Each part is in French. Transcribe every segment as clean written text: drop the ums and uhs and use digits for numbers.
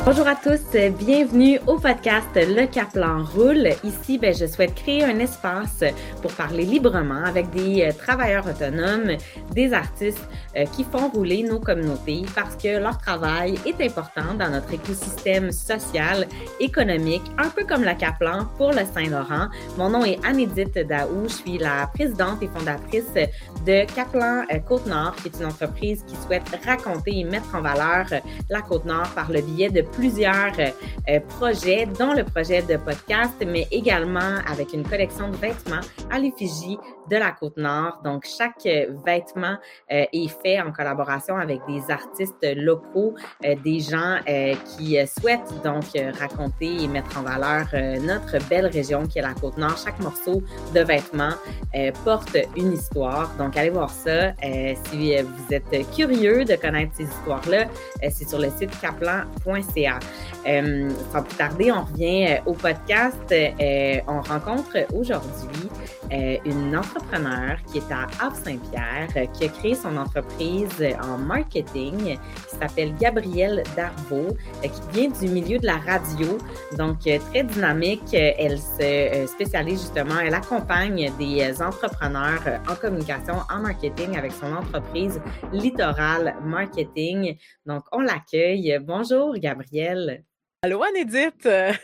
Bonjour à tous, bienvenue au podcast Le Kaplan roule. Ici, je souhaite créer un espace pour parler librement avec des travailleurs autonomes, des artistes qui font rouler nos communautés parce que leur travail est important dans notre écosystème social, économique, un peu comme le Kaplan pour le Saint-Laurent. Mon nom est Anne-Édith Daou, je suis la présidente et fondatrice de Kaplan Côte-Nord, qui est une entreprise qui souhaite raconter et mettre en valeur la Côte-Nord par le biais de plusieurs projets, dont le projet de podcast, mais également avec une collection de vêtements à l'effigie de la Côte-Nord. Donc, chaque vêtement est fait en collaboration avec des artistes locaux, des gens qui souhaitent donc raconter et mettre en valeur notre belle région qui est la Côte-Nord. Chaque morceau de vêtement porte une histoire. Donc, allez voir ça. Si vous êtes curieux de connaître ces histoires-là, c'est sur le site kaplan.ca. Sans plus tarder, on revient au podcast. On rencontre aujourd'hui une entrepreneure qui est à Havre-Saint-Pierre, qui a créé son entreprise en marketing, qui s'appelle Gabrielle Darvaux, qui vient du milieu de la radio, donc très dynamique. Elle se spécialise justement, elle accompagne des entrepreneurs en communication, en marketing avec son entreprise Littoral Marketing. Donc, on l'accueille. Bonjour, Gabrielle. Allô, Anne-Édith!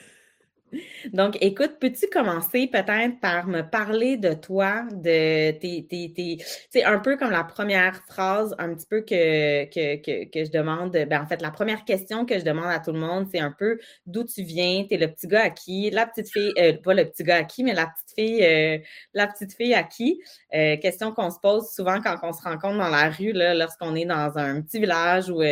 Donc, écoute, peux-tu commencer peut-être par me parler de toi, de c'est un peu comme la première phrase un petit peu que je demande, en fait, la première question que je demande à tout le monde, c'est un peu d'où tu viens, t'es le petit gars à qui, la petite fille, pas le petit gars à qui, mais la petite fille à qui? Question qu'on se pose souvent quand on se rencontre dans la rue, là, lorsqu'on est dans un petit village ou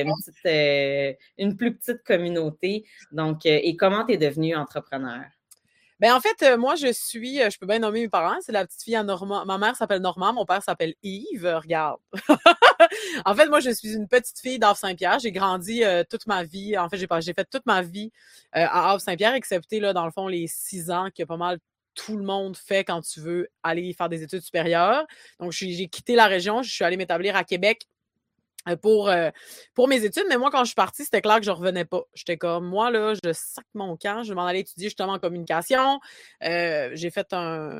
une plus petite communauté. Donc, et comment t'es devenue entrepreneur? En fait, moi, je peux bien nommer mes parents, c'est la petite fille à Normand. Ma mère s'appelle Normand, mon père s'appelle Yves, regarde. En fait, moi, je suis une petite fille d'Havre-Saint-Pierre. J'ai grandi toute ma vie. En fait, j'ai fait toute ma vie à Havre-Saint-Pierre, excepté, là, dans le fond, les 6 ans que pas mal tout le monde fait quand tu veux aller faire des études supérieures. Donc, j'ai quitté la région, je suis allée m'établir à Québec pour mes études, mais moi, quand je suis partie, c'était clair que je revenais pas. J'étais comme, moi, là, je sac mon camp, je vais m'en aller étudier justement en communication. J'ai fait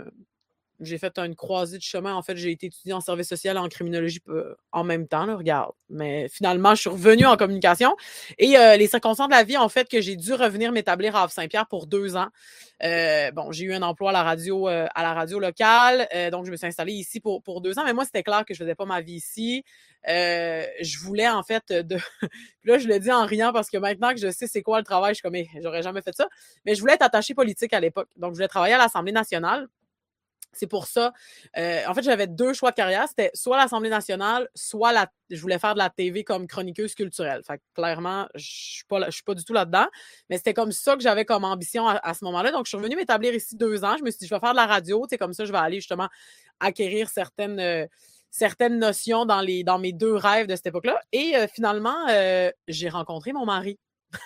une croisée de chemin. En fait, j'ai été étudiée en service social et en criminologie en même temps, là, regarde. Mais finalement, je suis revenue en communication. Et les circonstances de la vie ont fait que j'ai dû revenir m'établir à Havre-Saint-Pierre pour 2 ans. J'ai eu un emploi à la radio locale. Donc, je me suis installée ici pour 2 ans. Mais moi, c'était clair que je faisais pas ma vie ici. Je voulais, en fait, Puis là, je le dis en riant parce que maintenant que je sais c'est quoi le travail, je suis comme, j'aurais jamais fait ça. Mais je voulais être attachée politique à l'époque. Donc, je voulais travailler à l'Assemblée nationale. C'est pour ça. En fait, j'avais 2 choix de carrière. C'était soit l'Assemblée nationale, soit je voulais faire de la TV comme chroniqueuse culturelle. Fait que clairement, je suis pas du tout là-dedans. Mais c'était comme ça que j'avais comme ambition à ce moment-là. Donc, je suis revenue m'établir ici 2 ans. Je me suis dit, je vais faire de la radio. Tu sais, comme ça, je vais aller justement acquérir certaines notions dans mes 2 rêves de cette époque-là. Et finalement, j'ai rencontré mon mari.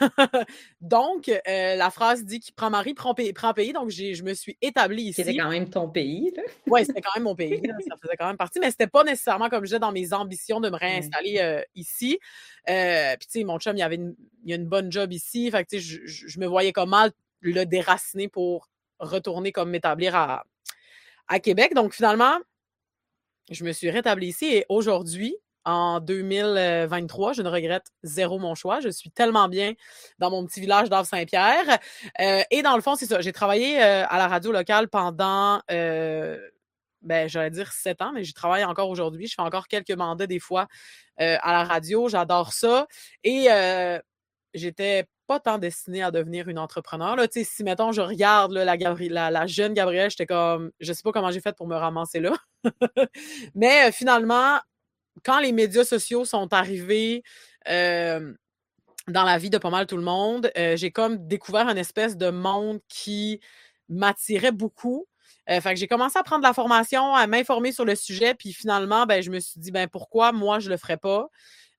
Donc, la phrase dit qui prend mari, prend pays. Donc, je me suis établie ici. C'était quand même ton pays, là. Oui, c'était quand même mon pays. Là, ça faisait quand même partie. Mais c'était pas nécessairement, comme je disais, dans mes ambitions de me réinstaller ici. Puis, tu sais, mon chum, il a une bonne job ici. Fait que, tu sais, je me voyais comme mal le déraciner pour retourner comme m'établir à Québec. Donc, finalement, je me suis rétablie ici et aujourd'hui, en 2023, je ne regrette zéro mon choix. Je suis tellement bien dans mon petit village d'Havre-Saint-Pierre. Et dans le fond, c'est ça. J'ai travaillé à la radio locale pendant, j'allais dire 7 ans, mais j'y travaille encore aujourd'hui. Je fais encore quelques mandats des fois à la radio. J'adore ça. Et j'étais pas tant destinée à devenir une entrepreneur. Là. Tu sais, si, mettons, je regarde là, la jeune Gabrielle, j'étais comme, je sais pas comment j'ai fait pour me ramasser là. Mais finalement, quand les médias sociaux sont arrivés dans la vie de pas mal tout le monde, j'ai comme découvert une espèce de monde qui m'attirait beaucoup. Fait que j'ai commencé à prendre de la formation, à m'informer sur le sujet, puis finalement, je me suis dit, pourquoi moi, je le ferais pas?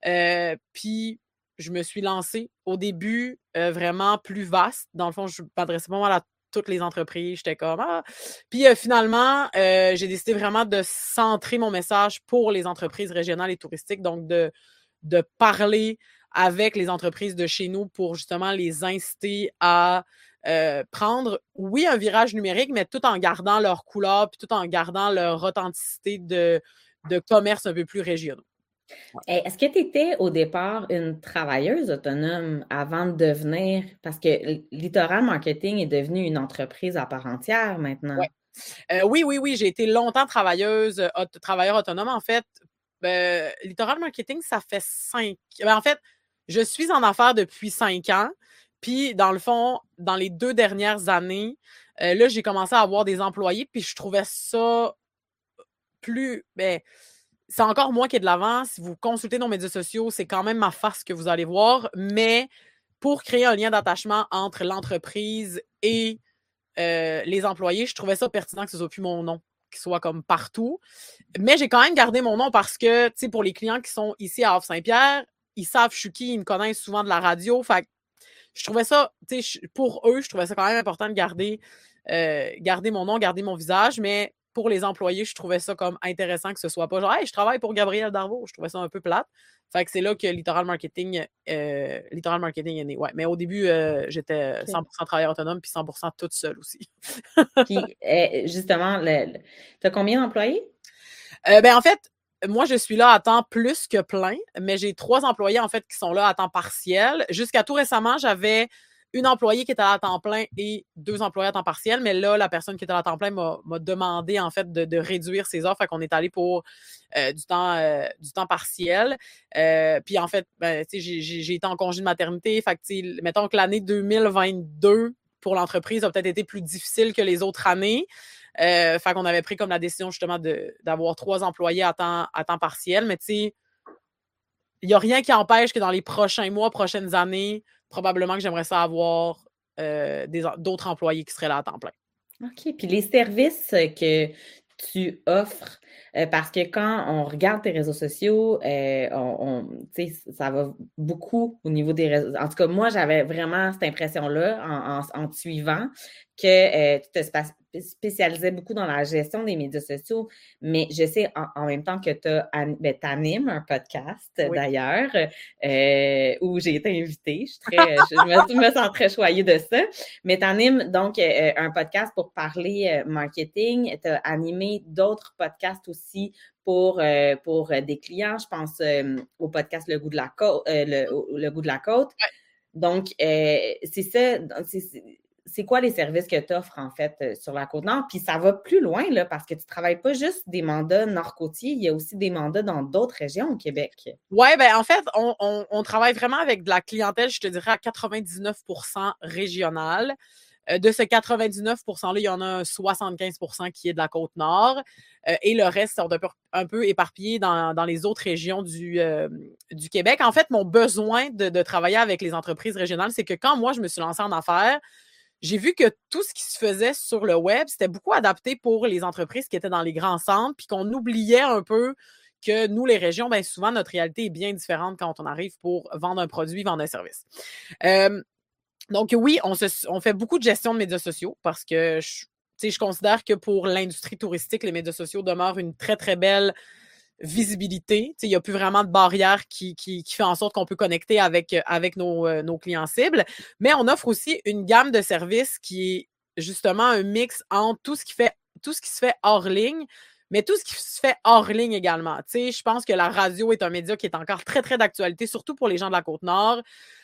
Puis je me suis lancée au début vraiment plus vaste. Dans le fond, je m'adressais pas mal à toutes les entreprises. J'étais comme, Puis finalement, j'ai décidé vraiment de centrer mon message pour les entreprises régionales et touristiques, donc de parler avec les entreprises de chez nous pour justement les inciter à prendre, oui, un virage numérique, mais tout en gardant leur couleur puis tout en gardant leur authenticité de commerce un peu plus régionaux. Est-ce que tu étais au départ une travailleuse autonome avant de devenir, parce que Littoral Marketing est devenu une entreprise à part entière maintenant? Ouais. Oui, j'ai été longtemps travailleur autonome. En fait, Littoral Marketing, ça fait 5. En fait, je suis en affaires depuis 5 ans. Puis, dans le fond, dans les 2 dernières années, là, j'ai commencé à avoir des employés, puis je trouvais ça plus. C'est encore moi qui ai de l'avant. Si vous consultez nos médias sociaux, c'est quand même ma face que vous allez voir. Mais pour créer un lien d'attachement entre l'entreprise et les employés, je trouvais ça pertinent que ce soit plus mon nom qui soit comme partout. Mais j'ai quand même gardé mon nom parce que, tu sais, pour les clients qui sont ici à Havre-Saint-Pierre, ils savent je suis qui, ils me connaissent souvent de la radio. Fait que je trouvais ça, tu sais, pour eux, je trouvais ça quand même important de garder mon nom, garder mon visage, mais pour les employés, je trouvais ça comme intéressant que ce soit pas genre, hey, je travaille pour Gabriel Darvaux. Je trouvais ça un peu plate. Fait que c'est là que Littoral Marketing est né. Ouais. Mais au début, j'étais 100% travailleur autonome puis 100% toute seule aussi. Puis, justement, tu as combien d'employés? En fait, moi, je suis là à temps plus que plein, mais j'ai 3 employés, en fait, qui sont là à temps partiel. Jusqu'à tout récemment, j'avais une employée qui était là à temps plein et 2 employés à temps partiel. Mais là, la personne qui était là à temps plein m'a demandé, en fait, de réduire ses heures. Fait qu'on est allé pour du temps partiel. Puis, en fait, j'ai été en congé de maternité. Fait que, mettons que l'année 2022 pour l'entreprise a peut-être été plus difficile que les autres années. Fait qu'on avait pris comme la décision justement d'avoir 3 employés à temps partiel. Mais tu sais, il n'y a rien qui empêche que dans les prochains mois, prochaines années, probablement que j'aimerais ça avoir d'autres employés qui seraient là à temps plein. OK. Puis les services que tu offres, parce que quand on regarde tes réseaux sociaux, tu sais, ça va beaucoup au niveau des réseaux. En tout cas, moi, j'avais vraiment cette impression-là en te suivant que tu te spécialisais beaucoup dans la gestion des médias sociaux, mais je sais en même temps que tu animes un podcast d'ailleurs où j'ai été invitée. Je me sens très choyée de ça. Mais tu animes donc un podcast pour parler marketing. Tu as animé d'autres podcasts aussi pour des clients. Je pense au podcast Le Goût de la Côte. Le Goût de la Côte. Ouais. Donc, c'est ça. C'est quoi les services que tu offres, en fait, sur la Côte-Nord? Puis ça va plus loin, là, parce que tu ne travailles pas juste des mandats nord-côtiers, il y a aussi des mandats dans d'autres régions au Québec. Oui, en fait, on travaille vraiment avec de la clientèle, je te dirais, à 99% régionale. De ce 99 %-là, il y en a un 75 % qui est de la Côte-Nord et le reste sont un peu éparpillés dans les autres régions du Québec. En fait, mon besoin de travailler avec les entreprises régionales, c'est que quand moi, je me suis lancée en affaires, j'ai vu que tout ce qui se faisait sur le web, c'était beaucoup adapté pour les entreprises qui étaient dans les grands centres, puis qu'on oubliait un peu que nous, les régions, souvent, notre réalité est bien différente quand on arrive pour vendre un produit, vendre un service. Donc oui, on fait beaucoup de gestion de médias sociaux parce que je considère que pour l'industrie touristique, les médias sociaux demeurent une très, très belle visibilité. Il n'y a plus vraiment de barrière qui fait en sorte qu'on peut connecter avec nos clients cibles. Mais on offre aussi une gamme de services qui est justement un mix entre tout ce qui se fait hors ligne, mais tout ce qui se fait hors ligne également. Je pense que la radio est un média qui est encore très, très d'actualité, surtout pour les gens de la Côte-Nord.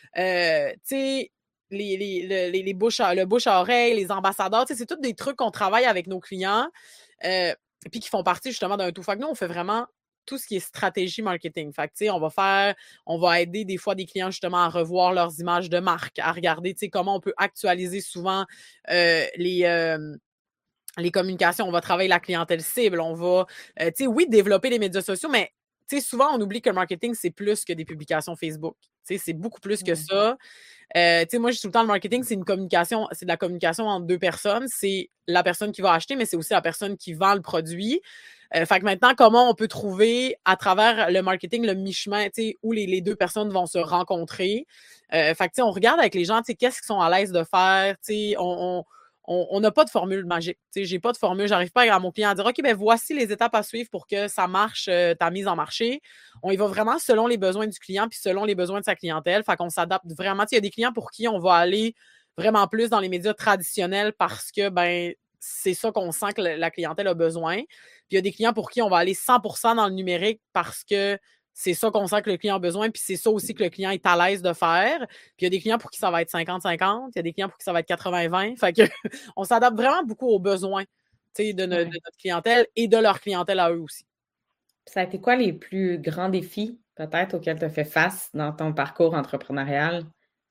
Le bouche à oreille, les ambassadeurs, c'est tous des trucs qu'on travaille avec nos clients puis qui font partie justement d'un tout. Fait que nous, on fait vraiment tout ce qui est stratégie marketing. Fait que, on va aider des fois des clients justement à revoir leurs images de marque, à regarder comment on peut actualiser souvent les communications. On va travailler la clientèle cible. On va, oui, développer les médias sociaux, mais souvent, on oublie que le marketing, c'est plus que des publications Facebook. C'est beaucoup plus que ça. Moi, je dis tout le temps, le marketing, c'est de la communication entre 2 personnes. C'est la personne qui va acheter, mais c'est aussi la personne qui vend le produit. Fait que maintenant, comment on peut trouver à travers le marketing le mi-chemin, où les 2 personnes vont se rencontrer. Fait que, on regarde avec les gens, qu'est-ce qu'ils sont à l'aise de faire. on n'a pas de formule magique. Tu sais, j'ai pas de formule. J'arrive pas à mon client à dire, OK, ben voici les étapes à suivre pour que ça marche, ta mise en marché. On y va vraiment selon les besoins du client puis selon les besoins de sa clientèle. Fait qu'on s'adapte vraiment. Tu sais, il y a des clients pour qui on va aller vraiment plus dans les médias traditionnels parce que, ben, c'est ça qu'on sent que la clientèle a besoin. Puis il y a des clients pour qui on va aller 100% dans le numérique parce que c'est ça qu'on sent que le client a besoin, puis c'est ça aussi que le client est à l'aise de faire. Puis il y a des clients pour qui ça va être 50-50, il y a des clients pour qui ça va être 80-20. Fait que on s'adapte vraiment beaucoup aux besoins, tu sais, de notre clientèle et de leur clientèle à eux aussi. Ça a été quoi les plus grands défis, peut-être, auxquels tu as fait face dans ton parcours entrepreneurial?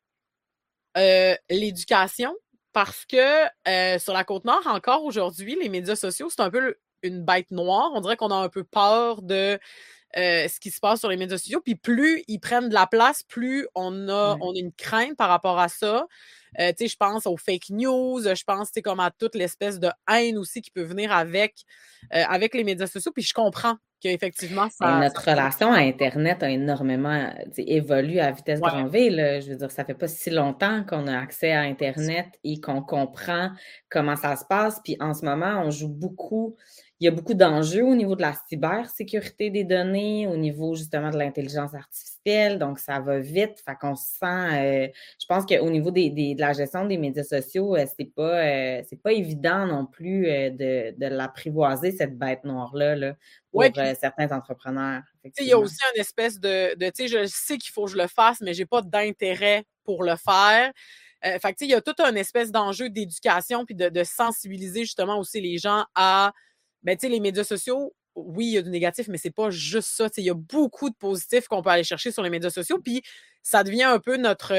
L'éducation, parce que sur la Côte-Nord, encore aujourd'hui, les médias sociaux, c'est un peu une bête noire. On dirait qu'on a un peu peur de ce qui se passe sur les médias sociaux. Puis plus ils prennent de la place, plus on a une crainte par rapport à ça. Tu sais, je pense aux fake news, je pense, tu sais, comme à toute l'espèce de haine aussi qui peut venir avec les médias sociaux. Puis je comprends qu'effectivement, Notre relation à Internet a énormément évolué à vitesse grand V. Là. Je veux dire, ça fait pas si longtemps qu'on a accès à Internet et qu'on comprend comment ça se passe. Puis en ce moment, on joue beaucoup. Il y a beaucoup d'enjeux au niveau de la cybersécurité des données, au niveau justement de l'intelligence artificielle. Donc, ça va vite. Fait qu'on se sent. Je pense qu'au niveau de la gestion des médias sociaux, c'est pas évident non plus de l'apprivoiser, cette bête noire-là. Là, pour certains entrepreneurs. Il y a aussi une espèce de tu sais, je sais qu'il faut que je le fasse, mais j'ai pas d'intérêt pour le faire. Fait que, tu sais, il y a tout un espèce d'enjeu d'éducation puis de sensibiliser justement aussi les gens à, ben, tu sais, les médias sociaux. Oui, il y a du négatif, mais c'est pas juste ça. Tu sais, il y a beaucoup de positifs qu'on peut aller chercher sur les médias sociaux. Puis ça devient un peu notre.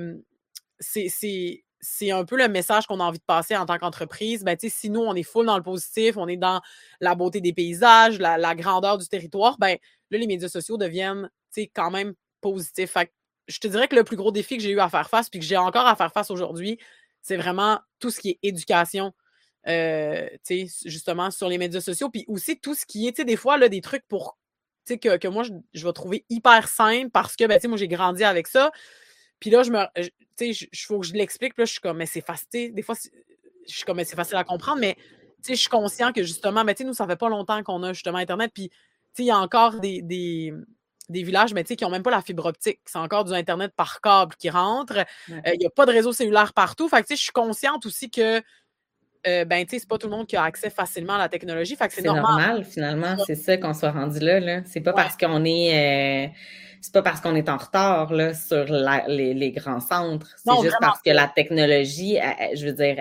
C'est un peu le message qu'on a envie de passer en tant qu'entreprise. Ben, tu sais, si nous, on est full dans le positif, on est dans la beauté des paysages, la grandeur du territoire, ben là, les médias sociaux deviennent, tu sais, quand même positifs. Fait que je te dirais que le plus gros défi que j'ai eu à faire face, puis que j'ai encore à faire face aujourd'hui, c'est vraiment tout ce qui est éducation, tu sais, justement, sur les médias sociaux. Puis aussi tout ce qui est, tu sais, des fois, là, des trucs pour, tu sais, que moi, je vais trouver hyper simple parce que, ben, tu sais, moi, j'ai grandi avec ça. Puis là, tu sais, il faut que je l'explique. Puis là, je suis comme, mais c'est facile. Des fois, je suis comme, mais c'est facile à comprendre. Mais, tu sais, je suis conscient que justement, mais tu sais, nous, ça fait pas longtemps qu'on a justement Internet. Puis, tu sais, il y a encore des villages, mais tu sais, qui n'ont même pas la fibre optique. C'est encore du Internet par câble qui rentre. Il n'y a pas de réseau cellulaire partout. Fait que, tu sais, je suis consciente aussi que, ben, tu sais, c'est pas tout le monde qui a accès facilement à la technologie. Fait que c'est normal, finalement. C'est ça qu'on soit rendu là. C'est pas parce qu'on est... c'est pas parce qu'on est en retard là, sur les grands centres. C'est juste parce que la technologie, je veux dire,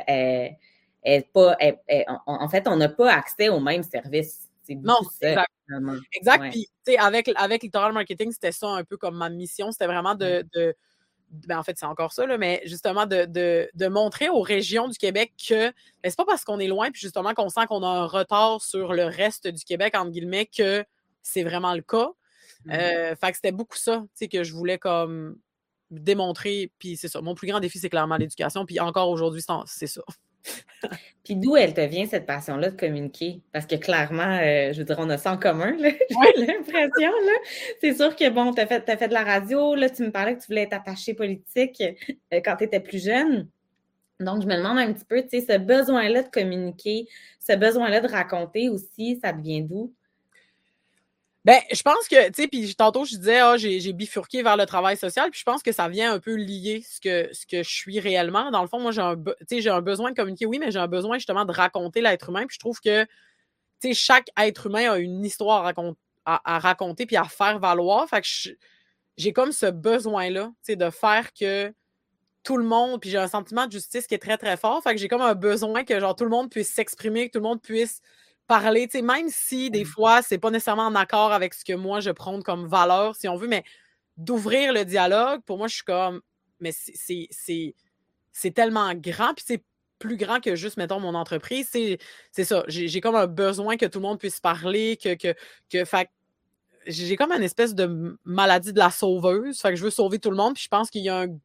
en fait, on n'a pas accès aux mêmes services. C'est beaucoup ça. Exact. Puis, tu sais, avec Littoral Marketing, c'était ça un peu comme ma mission. C'était vraiment ben, en fait, c'est encore ça, là, mais justement de montrer aux régions du Québec que ben, c'est pas parce qu'on est loin, puis justement qu'on sent qu'on a un retard sur le reste du Québec, entre guillemets, que c'est vraiment le cas. Fait que c'était beaucoup ça, tu sais, que je voulais comme démontrer. Puis c'est ça. Mon plus grand défi, c'est clairement l'éducation. Puis encore aujourd'hui, c'est ça. Puis d'où elle te vient, cette passion-là de communiquer? Parce que clairement, je veux dire, on a ça en commun, là, j'ai l'impression. Là. C'est sûr que, bon, t'as fait de la radio, là, tu me parlais que tu voulais être attachée politique quand tu étais plus jeune. Donc, je me demande un petit peu, tu sais, ce besoin-là de communiquer, ce besoin-là de raconter aussi, ça devient d'où? Ben, je pense que, tu sais, puis tantôt, je disais, j'ai bifurqué vers le travail social, puis je pense que ça vient un peu lier ce que je suis réellement. Dans le fond, moi, j'ai un besoin de communiquer, oui, mais j'ai un besoin justement de raconter l'être humain, puis je trouve que, tu sais, chaque être humain a une histoire à raconter puis à faire valoir. Fait que j'ai comme ce besoin-là, tu sais, de faire que tout le monde, puis j'ai un sentiment de justice qui est très, très fort. Fait que j'ai comme un besoin que, genre, tout le monde puisse s'exprimer, que tout le monde puisse parler, tu sais, même si des fois, c'est pas nécessairement en accord avec ce que moi, je prône comme valeur, si on veut, mais d'ouvrir le dialogue, pour moi, je suis comme, mais c'est tellement grand, puis c'est plus grand que juste, mettons, mon entreprise. C'est ça, j'ai comme un besoin que tout le monde puisse parler, fait j'ai comme une espèce de maladie de la sauveuse, fait que je veux sauver tout le monde, puis je pense qu'il y a une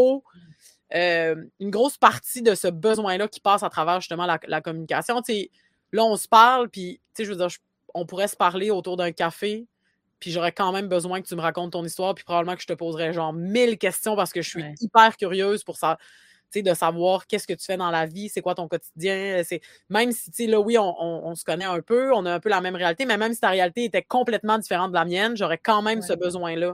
grosse partie de ce besoin-là qui passe à travers, justement, la communication, tu sais. Là, on se parle, puis, tu sais, je veux dire, on pourrait se parler autour d'un café, puis j'aurais quand même besoin que tu me racontes ton histoire, puis probablement que je te poserais genre 1000 questions parce que je suis hyper curieuse pour ça, sais, de savoir qu'est-ce que tu fais dans la vie, c'est quoi ton quotidien. Même si, tu sais, là, oui, on se connaît un peu, on a un peu la même réalité, mais même si ta réalité était complètement différente de la mienne, j'aurais quand même ce besoin-là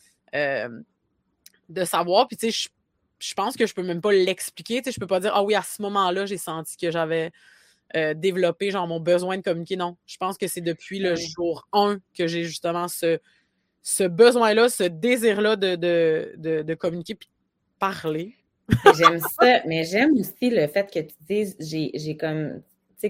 de savoir. Puis, tu sais, je pense que je peux même pas l'expliquer. Tu sais, je peux pas dire, ah oui, à ce moment-là, j'ai senti que j'avais développé, genre, mon besoin de communiquer. Non, je pense que c'est depuis le jour 1 que j'ai justement ce besoin-là, ce désir-là de communiquer puis de parler. J'aime ça, mais j'aime aussi le fait que tu dises, j'ai comme, tu sais,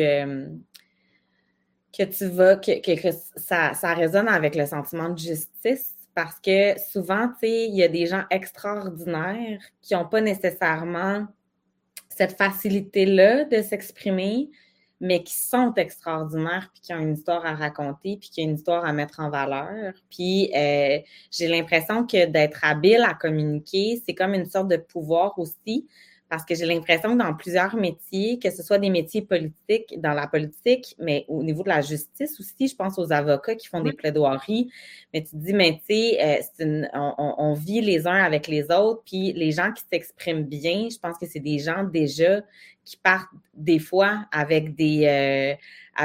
que tu vas, que ça résonne avec le sentiment de justice, parce que souvent, tu sais, il y a des gens extraordinaires qui n'ont pas nécessairement cette facilité-là de s'exprimer, mais qui sont extraordinaires, puis qui ont une histoire à raconter, puis qui ont une histoire à mettre en valeur. Puis j'ai l'impression que d'être habile à communiquer, c'est comme une sorte de pouvoir aussi, parce que j'ai l'impression que dans plusieurs métiers, que ce soit des métiers politiques, dans la politique, mais au niveau de la justice aussi, je pense aux avocats qui font des plaidoiries, mais tu te dis, mais tu sais, on vit les uns avec les autres, puis les gens qui s'expriment bien, je pense que c'est des gens déjà qui partent des fois avec des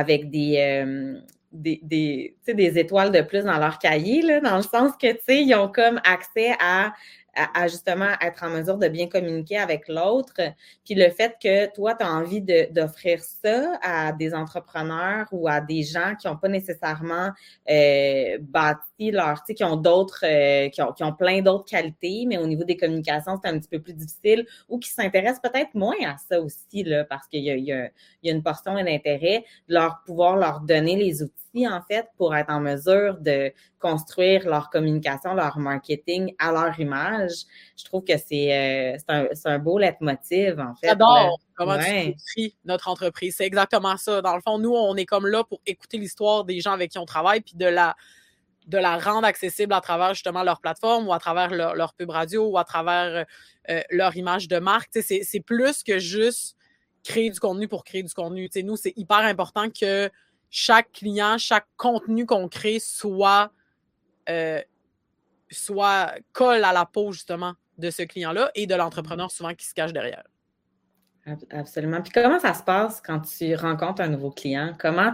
étoiles de plus dans leur cahier, là, dans le sens que, tu sais, ils ont comme accès à justement être en mesure de bien communiquer avec l'autre. Puis le fait que toi, tu as envie d'offrir ça à des entrepreneurs ou à des gens qui n'ont pas nécessairement bâti leur, tu sais, qui ont d'autres, qui ont plein d'autres qualités, mais au niveau des communications, c'est un petit peu plus difficile, ou qui s'intéressent peut-être moins à ça aussi, là, parce qu'il y a une portion d'intérêt, pouvoir leur donner les outils, en fait, pour être en mesure de construire leur communication, leur marketing à leur image. Je trouve que c'est un beau leitmotiv, en fait. J'adore comment tu décris notre entreprise. C'est exactement ça. Dans le fond, nous, on est comme là pour écouter l'histoire des gens avec qui on travaille, puis de la rendre accessible à travers justement leur plateforme ou à travers leur pub radio ou à travers leur image de marque. C'est plus que juste créer du contenu pour créer du contenu. T'sais, nous, c'est hyper important que chaque client, chaque contenu qu'on crée soit colle à la peau justement de ce client-là et de l'entrepreneur souvent qui se cache derrière. Absolument. Puis comment ça se passe quand tu rencontres un nouveau client? Comment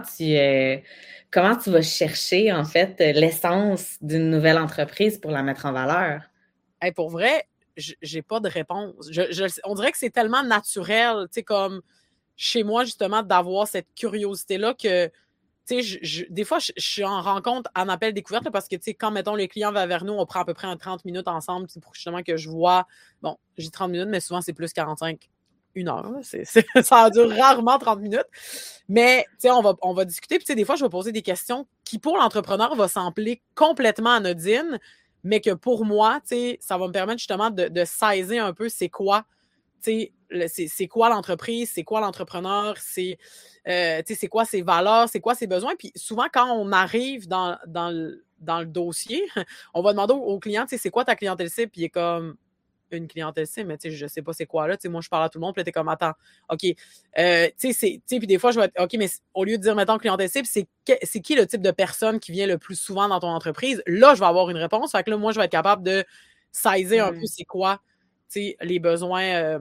tu vas chercher, en fait, l'essence d'une nouvelle entreprise pour la mettre en valeur? Hey, pour vrai, j'ai pas de réponse. On dirait que c'est tellement naturel, tu sais, comme chez moi, justement, d'avoir cette curiosité-là que, tu sais, des fois, je suis en rencontre, en appel découverte, là, parce que, tu sais, quand, mettons, les clients va vers nous, on prend à peu près 30 minutes ensemble pour justement que je vois, bon, j'ai 30 minutes, mais souvent, c'est plus 45, 1 heure. Ça dure rarement 30 minutes. Mais, tu sais, on va discuter. Puis, tu sais, des fois, je vais poser des questions qui, pour l'entrepreneur, va sembler complètement anodines, mais que pour moi, tu sais, ça va me permettre justement de saisir un peu c'est quoi, tu sais, c'est quoi l'entreprise, c'est quoi l'entrepreneur, tu sais, c'est quoi ses valeurs, c'est quoi ses besoins. Puis souvent, quand on arrive dans le dossier, on va demander au client, tu sais, c'est quoi ta clientèle cible? Puis il est comme, une clientèle cible, mais tu sais, je sais pas c'est quoi là. Tu sais, moi, je parle à tout le monde, puis là, t'es comme, attends, OK. Tu sais, puis des fois, je vais être, OK, mais au lieu de dire, mettons, clientèle cible, c'est qui le type de personne qui vient le plus souvent dans ton entreprise? Là, je vais avoir une réponse. Fait que là, moi, je vais être capable de saisir un peu c'est quoi, tu sais, les besoins,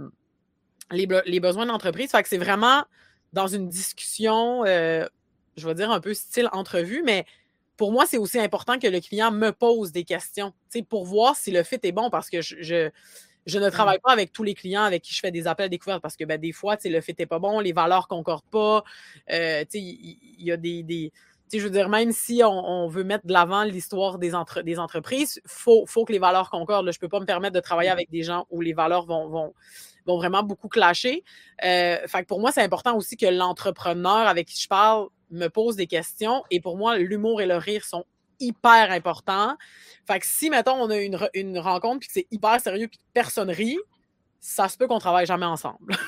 les besoins d'entreprise. Fait que c'est vraiment dans une discussion, je vais dire un peu style entrevue, mais pour moi, c'est aussi important que le client me pose des questions, tu sais, pour voir si le fit est bon, parce que je ne travaille pas avec tous les clients avec qui je fais des appels découvertes, parce que ben, des fois, tu sais, le fit n'est pas bon, les valeurs ne concordent pas, tu sais, il y a des tu sais, je veux dire, même si on veut mettre de l'avant l'histoire des entreprises, faut que les valeurs concordent. Là. Je ne peux pas me permettre de travailler avec des gens où les valeurs vont vraiment beaucoup clasher. Fait que pour moi, c'est important aussi que l'entrepreneur avec qui je parle me pose des questions. Et pour moi, l'humour et le rire sont hyper importants. Fait que si, mettons, on a une rencontre puis que c'est hyper sérieux puis que personne rit, ça se peut qu'on travaille jamais ensemble.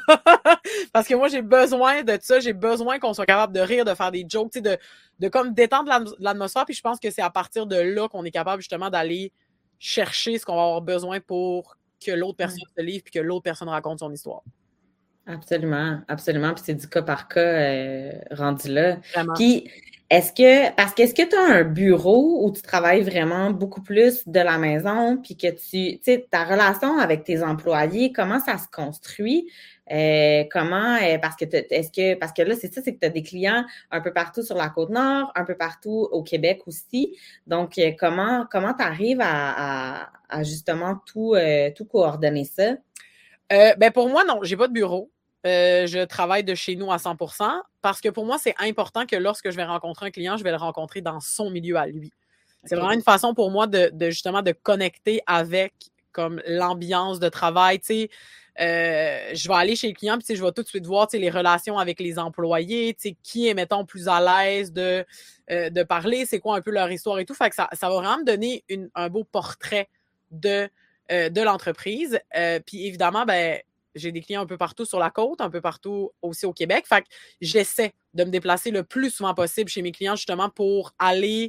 Parce que moi, j'ai besoin de ça. J'ai besoin qu'on soit capable de rire, de faire des jokes, de comme détendre l'atmosphère. Puis je pense que c'est à partir de là qu'on est capable justement d'aller chercher ce qu'on va avoir besoin pour que l'autre personne se livre puis que l'autre personne raconte son histoire. Absolument, absolument. Puis c'est du cas par cas rendu là. Vraiment. Puis Est-ce que tu as un bureau où tu travailles vraiment beaucoup plus de la maison, puis que tu sais, ta relation avec tes employés, comment ça se construit? Parce que là, c'est ça, c'est que tu as des clients un peu partout sur la Côte-Nord, un peu partout au Québec aussi. Donc, comment tu arrives à justement tout coordonner ça? Ben pour moi, non, j'ai pas de bureau. Je travaille de chez nous à 100% parce que pour moi, c'est important que lorsque je vais rencontrer un client, je vais le rencontrer dans son milieu à lui. C'est OK. vraiment une façon pour moi de justement de connecter avec comme l'ambiance de travail. Tu sais, je vais aller chez le client, puis je vais tout de suite voir les relations avec les employés, qui est, mettons, plus à l'aise de parler, c'est quoi un peu leur histoire et tout. Fait que ça va vraiment me donner un beau portrait de l'entreprise. Puis évidemment, ben, j'ai des clients un peu partout sur la côte, un peu partout aussi au Québec. Fait que j'essaie de me déplacer le plus souvent possible chez mes clients justement pour aller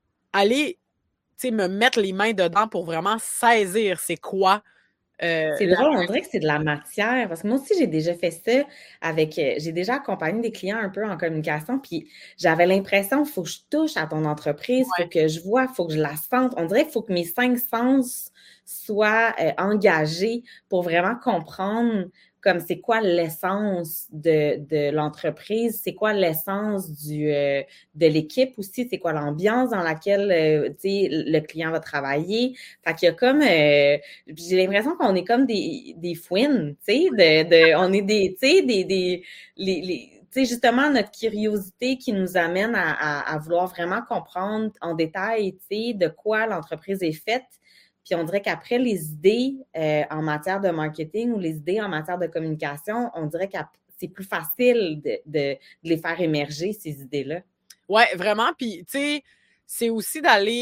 me mettre les mains dedans pour vraiment saisir c'est quoi C'est drôle, on dirait que c'est de la matière, parce que moi aussi, j'ai déjà fait ça j'ai déjà accompagné des clients un peu en communication, puis j'avais l'impression, il faut que je touche à ton entreprise, il faut ouais, que je vois, il faut que je la sente. On dirait qu'il faut que mes 5 sens soient engagés pour vraiment comprendre comme c'est quoi l'essence de l'entreprise, c'est quoi l'essence de l'équipe aussi, c'est quoi l'ambiance dans laquelle le client va travailler. Fait qu'il y a comme j'ai l'impression qu'on est comme des fouines, tu sais, on est des, tu sais, tu sais, justement, notre curiosité qui nous amène à vouloir vraiment comprendre en détail, tu sais, de quoi l'entreprise est faite. Puis on dirait qu'après, les idées en matière de marketing ou les idées en matière de communication, on dirait que c'est plus facile de les faire émerger, ces idées-là. ouais, vraiment. Puis, tu sais, c'est aussi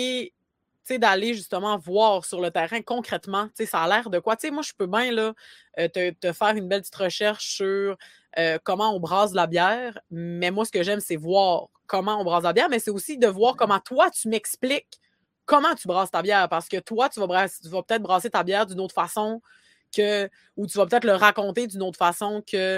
d'aller justement voir sur le terrain concrètement, tu sais, ça a l'air de quoi. Tu sais, moi, je peux bien là, te faire une belle petite recherche sur comment on brasse la bière, mais moi, ce que j'aime, c'est voir comment on brasse la bière, mais c'est aussi de voir comment toi, tu m'expliques comment tu brasses ta bière, parce que toi, tu vas peut-être brasser ta bière d'une autre façon ou tu vas peut-être le raconter d'une autre façon que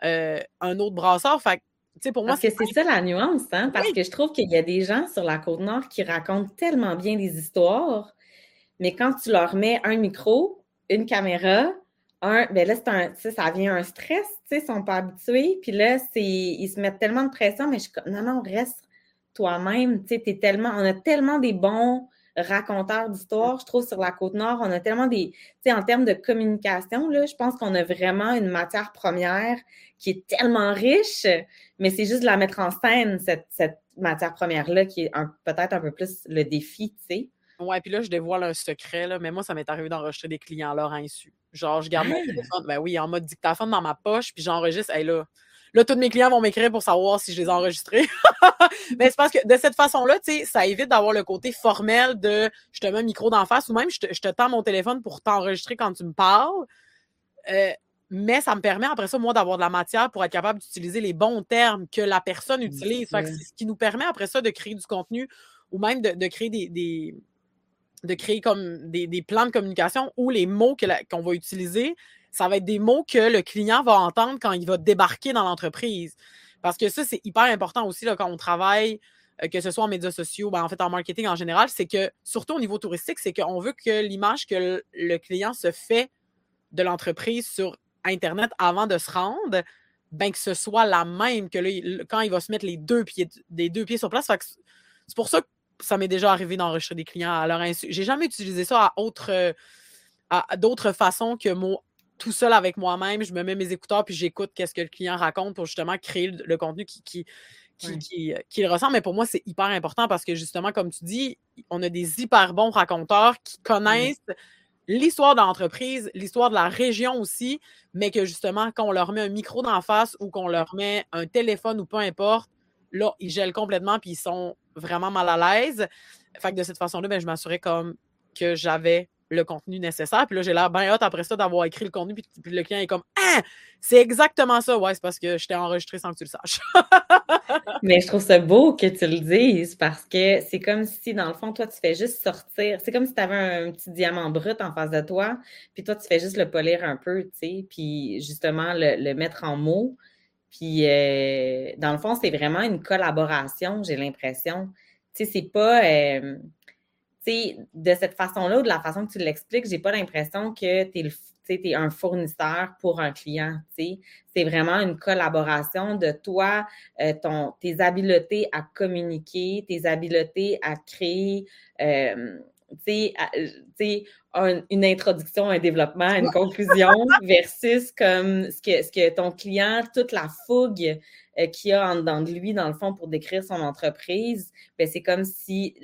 un autre brasseur. Fait que, tu sais, pour moi, Parce que c'est ça la nuance, hein? Parce oui, que je trouve qu'il y a des gens sur la Côte-Nord qui racontent tellement bien des histoires, mais quand tu leur mets un micro, une caméra, ben là, ça vient un stress, tu sais, ils sont pas habitués, puis là, ils se mettent tellement de pression, mais non, reste toi-même, tu sais, on a tellement des bons raconteurs d'histoires, je trouve, sur la Côte-Nord, on a tellement tu sais, en termes de communication, là, je pense qu'on a vraiment une matière première qui est tellement riche, mais c'est juste de la mettre en scène, cette matière première-là, qui est peut-être un peu plus le défi, tu sais. ouais, puis là, je dévoile un secret, là, mais moi, ça m'est arrivé d'enregistrer des clients à leur insu. Genre, je garde mon Ah! téléphone, ben oui, en mode dictaphone dans ma poche, puis j'enregistre. Hey, là, tous mes clients vont m'écrire pour savoir si je les ai enregistrés. Mais c'est parce que de cette façon-là, tu sais, ça évite d'avoir le côté formel de je te mets un micro d'en face ou même je te tends mon téléphone pour t'enregistrer quand tu me parles. Euh, mais ça me permet après ça, moi, d'avoir de la matière pour être capable d'utiliser les bons termes que la personne utilise. Fait que c'est ce qui nous permet après ça de créer du contenu ou même de créer de créer comme des plans de communication où les mots qu'on va utiliser, ça va être des mots que le client va entendre quand il va débarquer dans l'entreprise. Parce que ça, c'est hyper important aussi là, quand on travaille, que ce soit en médias sociaux, ben, en fait en marketing en général, c'est que, surtout au niveau touristique, c'est qu'on veut que l'image que le client se fait de l'entreprise sur Internet avant de se rendre, ben, que ce soit la même que là, quand il va se mettre des deux pieds sur place. C'est pour ça que ça m'est déjà arrivé d'enregistrer des clients à leur insu. J'ai jamais utilisé ça à d'autres façons que moi, tout seul avec moi-même. Je me mets mes écouteurs puis j'écoute qu'est-ce que le client raconte pour justement créer le contenu Ouais. qui le ressemble. Mais pour moi, c'est hyper important parce que justement, comme tu dis, on a des hyper bons raconteurs qui Ouais. connaissent l'histoire de l'entreprise, l'histoire de la région aussi, mais que justement, quand on leur met un micro d'en face ou qu'on leur met un téléphone ou peu importe, là, ils gèlent complètement puis ils sont vraiment mal à l'aise. Fait que de cette façon-là, ben, je m'assurais comme que j'avais le contenu nécessaire. Puis là, j'ai l'air bien hot après ça d'avoir écrit le contenu. Puis le client est comme ah! C'est exactement ça. Ouais, c'est parce que je t'ai enregistré sans que tu le saches. Mais je trouve ça beau que tu le dises parce que c'est comme si, dans le fond, toi, tu fais juste sortir. C'est comme si tu avais un petit diamant brut en face de toi, puis toi, tu fais juste le polir un peu, tu sais, puis justement le mettre en mots. Puis, dans le fond, c'est vraiment une collaboration, j'ai l'impression. Tu sais, c'est pas... tu sais, de cette façon-là ou de la façon que tu l'expliques, j'ai pas l'impression que t'es un fournisseur pour un client, tu sais. C'est vraiment une collaboration de toi, tes habiletés à communiquer, tes habiletés à créer, une introduction, un développement, une conclusion versus comme ce que ton client, toute la fougue qu'il a en dedans de lui, dans le fond, pour décrire son entreprise, ben c'est comme si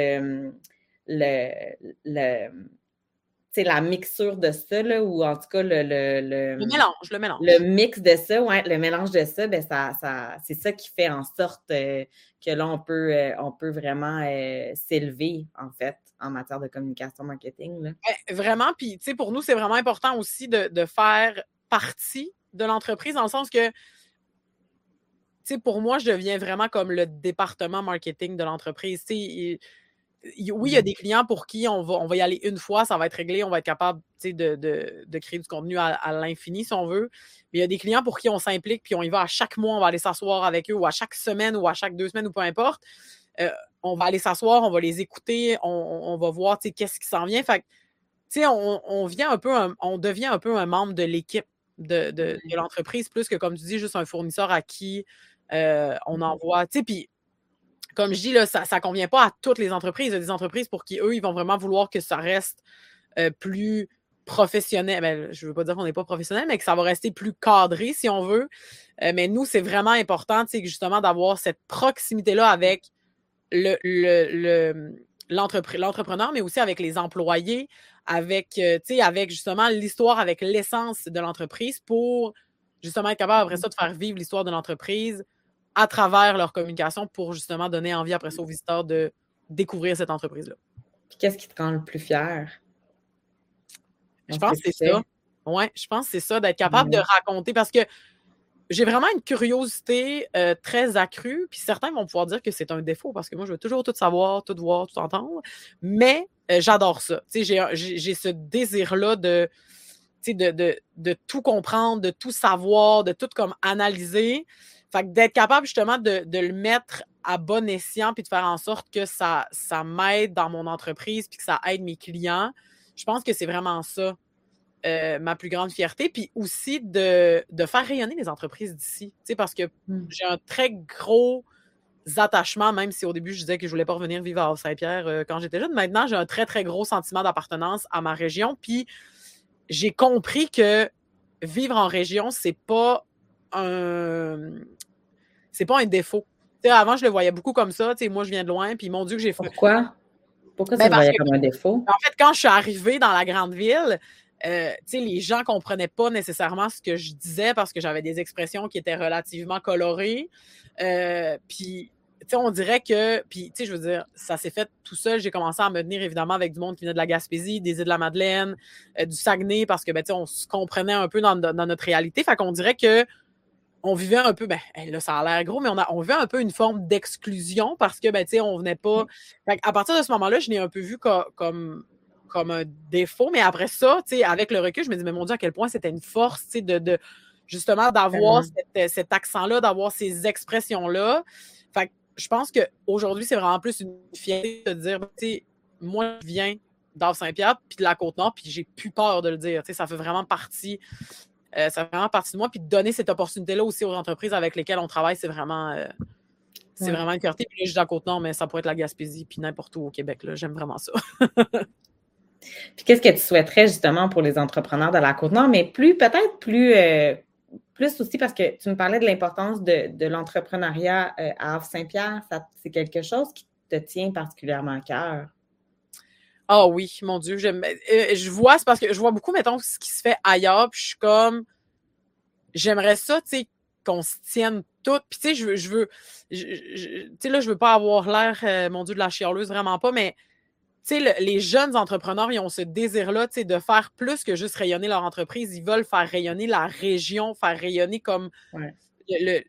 la mixure de ça, là, ou en tout cas Le mélange. Le mix de ça, ouais, le mélange de ça, ben c'est ça qui fait en sorte que là, on peut vraiment s'élever, en fait, en matière de communication marketing. Là. Vraiment, puis tu sais, pour nous, c'est vraiment important aussi de faire partie de l'entreprise, dans le sens que, tu sais, pour moi, je deviens vraiment comme le département marketing de l'entreprise. Tu sais, oui, il y a des clients pour qui on va y aller une fois, ça va être réglé, on va être capable de créer du contenu à l'infini, si on veut. Mais il y a des clients pour qui on s'implique, puis on y va à chaque mois, on va aller s'asseoir avec eux, ou à chaque semaine, ou à chaque 2 semaines, ou peu importe. On va aller s'asseoir, on va les écouter, on va voir qu'est-ce qui s'en vient. Fait que, on devient un peu un membre de l'équipe de l'entreprise, plus que, comme tu dis, juste un fournisseur à qui on envoie. Puis, comme je dis, là, ça ne convient pas à toutes les entreprises. Il y a des entreprises pour qui, eux, ils vont vraiment vouloir que ça reste plus professionnel. Ben, je ne veux pas dire qu'on n'est pas professionnel, mais que ça va rester plus cadré, si on veut. Mais nous, c'est vraiment important, justement, d'avoir cette proximité-là avec l'entrepreneur, mais aussi avec les employés, avec justement l'histoire, avec l'essence de l'entreprise pour justement être capable après ça de faire vivre l'histoire de l'entreprise à travers leur communication pour justement donner envie après ça aux visiteurs de découvrir cette entreprise-là. Puis qu'est-ce qui te rend le plus fier? Je pense que c'est ça. Oui, je pense que c'est ça, d'être capable de raconter, parce que j'ai vraiment une curiosité très accrue, puis certains vont pouvoir dire que c'est un défaut, parce que moi, je veux toujours tout savoir, tout voir, tout entendre, mais j'adore ça. J'ai ce désir-là de tout comprendre, de tout savoir, de tout comme analyser. Fait que d'être capable justement de le mettre à bon escient puis de faire en sorte que ça m'aide dans mon entreprise puis que ça aide mes clients, je pense que c'est vraiment ça ma plus grande fierté. Puis aussi de faire rayonner les entreprises d'ici. Parce que j'ai un très gros attachement, même si au début je disais que je voulais pas revenir vivre à Saint-Pierre quand j'étais jeune. Maintenant, j'ai un très, très gros sentiment d'appartenance à ma région. Puis j'ai compris que vivre en région, c'est pas un défaut. Avant, je le voyais beaucoup comme ça. Moi, je viens de loin, puis mon Dieu que j'ai fait. Pourquoi tu le voyais comme un défaut? En fait, quand je suis arrivée dans la grande ville, les gens comprenaient pas nécessairement ce que je disais parce que j'avais des expressions qui étaient relativement colorées. Puis, on dirait que... Puis, je veux dire, ça s'est fait tout seul. J'ai commencé à me tenir, évidemment, avec du monde qui venait de la Gaspésie, des Îles-de-la-Madeleine, du Saguenay, parce que, on se comprenait un peu dans notre réalité. Fait qu'on dirait que on vivait un peu, là, ça a l'air gros, mais on vivait un peu une forme d'exclusion parce que, on venait pas... Fait à partir de ce moment-là, je l'ai un peu vu comme un défaut, mais après ça, avec le recul, je me dis, mais mon Dieu, à quel point c'était une force, de justement d'avoir cet accent-là, d'avoir ces expressions-là. Fait que je pense qu'aujourd'hui, c'est vraiment plus une fierté de dire, moi, je viens d'Ave-Saint-Pierre, puis de la Côte-Nord, puis j'ai plus peur de le dire. Ça fait vraiment partie... de moi. Puis de donner cette opportunité-là aussi aux entreprises avec lesquelles on travaille, c'est vraiment une fierté. Puis là, je dis à Côte-Nord, mais ça pourrait être la Gaspésie, puis n'importe où au Québec. Là, j'aime vraiment ça. Puis qu'est-ce que tu souhaiterais justement pour les entrepreneurs de la Côte-Nord, mais peut-être plus aussi parce que tu me parlais de l'importance de l'entrepreneuriat à Havre-Saint-Pierre. C'est quelque chose qui te tient particulièrement à cœur. Ah oui, mon Dieu, je vois, c'est parce que je vois beaucoup, mettons, ce qui se fait ailleurs, puis je suis comme, j'aimerais ça, qu'on se tienne toutes, puis je veux, là, je veux pas avoir l'air, mon Dieu, de la chialeuse, vraiment pas, mais, les jeunes entrepreneurs, ils ont ce désir-là, de faire plus que juste rayonner leur entreprise, ils veulent faire rayonner la région, faire rayonner comme le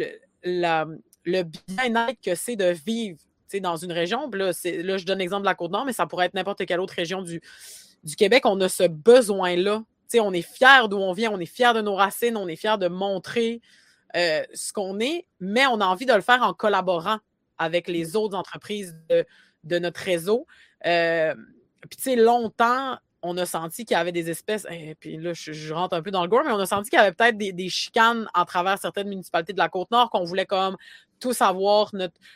bien-être que c'est de vivre dans une région. Là, je donne l'exemple de la Côte-Nord, mais ça pourrait être n'importe quelle autre région du Québec. On a ce besoin-là. On est fiers d'où on vient, on est fiers de nos racines, on est fiers de montrer ce qu'on est, mais on a envie de le faire en collaborant avec les autres entreprises de notre réseau. Puis, tu sais, longtemps, on a senti qu'il y avait des espèces, puis là, je rentre un peu dans le gore, mais on a senti qu'il y avait peut-être des chicanes à travers certaines municipalités de la Côte-Nord, qu'on voulait comme tous avoir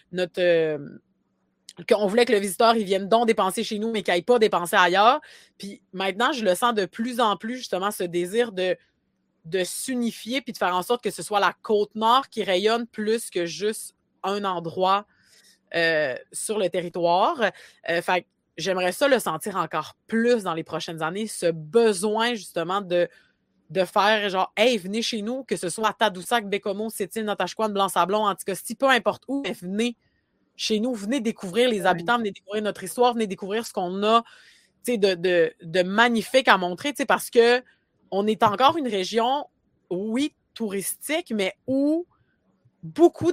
qu'on voulait que le visiteur, il vienne donc dépenser chez nous, mais qu'il n'aille pas dépenser ailleurs. Puis maintenant, je le sens de plus en plus, justement, ce désir de s'unifier puis de faire en sorte que ce soit la Côte-Nord qui rayonne plus que juste un endroit sur le territoire. Fait que j'aimerais ça le sentir encore plus dans les prochaines années, ce besoin, justement, de faire genre, hey, venez chez nous, que ce soit à Tadoussac, Bécomo, Sétine, Natashquan, Blanc-Sablon, Anticosti, peu importe où, mais venez chez nous, venez découvrir les habitants, venez découvrir notre histoire, venez découvrir ce qu'on a de magnifique à montrer, parce que on est encore une région, oui, touristique, mais où beaucoup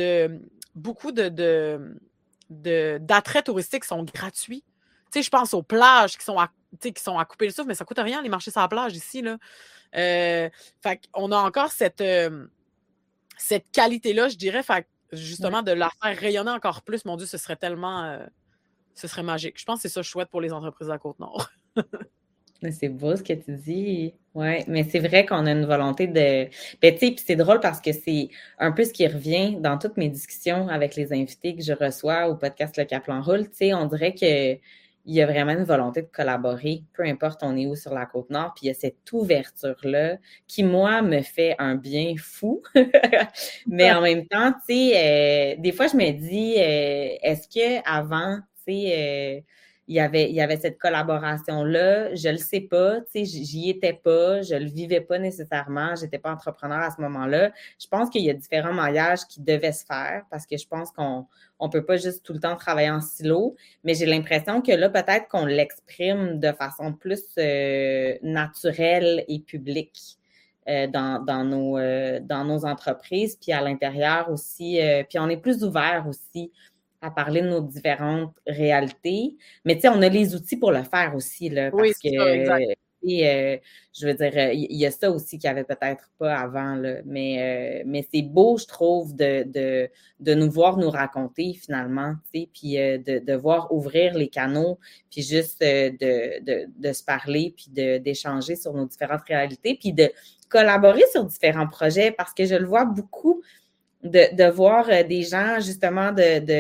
d'attraits touristiques sont gratuits. Je pense aux plages qui sont à couper le souffle, mais ça coûte rien, les marchés sur la plage ici, là. Fait qu'on a encore cette qualité-là, je dirais, justement, de la faire rayonner encore plus, mon Dieu, ce serait tellement... ce serait magique. Je pense que c'est ça chouette pour les entreprises de la Côte-Nord. C'est beau ce que tu dis. Oui, mais c'est vrai qu'on a une volonté de... Ben, tu sais, puis c'est drôle parce que c'est un peu ce qui revient dans toutes mes discussions avec les invités que je reçois au podcast Le Caplan Roule. Tu sais, on dirait qu'il y a vraiment une volonté de collaborer, peu importe on est où sur la Côte-Nord, puis il y a cette ouverture-là qui, moi, me fait un bien fou. Mais en même temps, tu sais, des fois, je me dis, est-ce qu'avant, tu sais... il y avait cette collaboration-là, je le sais pas, tu sais, j'y étais pas, je le vivais pas nécessairement, j'étais pas entrepreneur à ce moment-là. Je pense qu'il y a différents maillages qui devaient se faire parce que je pense qu'on peut pas juste tout le temps travailler en silo, mais j'ai l'impression que là, peut-être qu'on l'exprime de façon plus naturelle et publique. Dans nos entreprises, puis à l'intérieur aussi, puis on est plus ouvert aussi à parler de nos différentes réalités. Mais tu sais, on a les outils pour le faire aussi, là, parce que, ça, exact. Je veux dire, il y a ça aussi qu'il n'y avait peut-être pas avant, là. Mais c'est beau, je trouve, de nous voir nous raconter finalement, tu sais, puis de voir ouvrir les canaux, puis juste de se parler, puis d'échanger sur nos différentes réalités, puis de collaborer sur différents projets, parce que je le vois beaucoup de voir des gens, justement,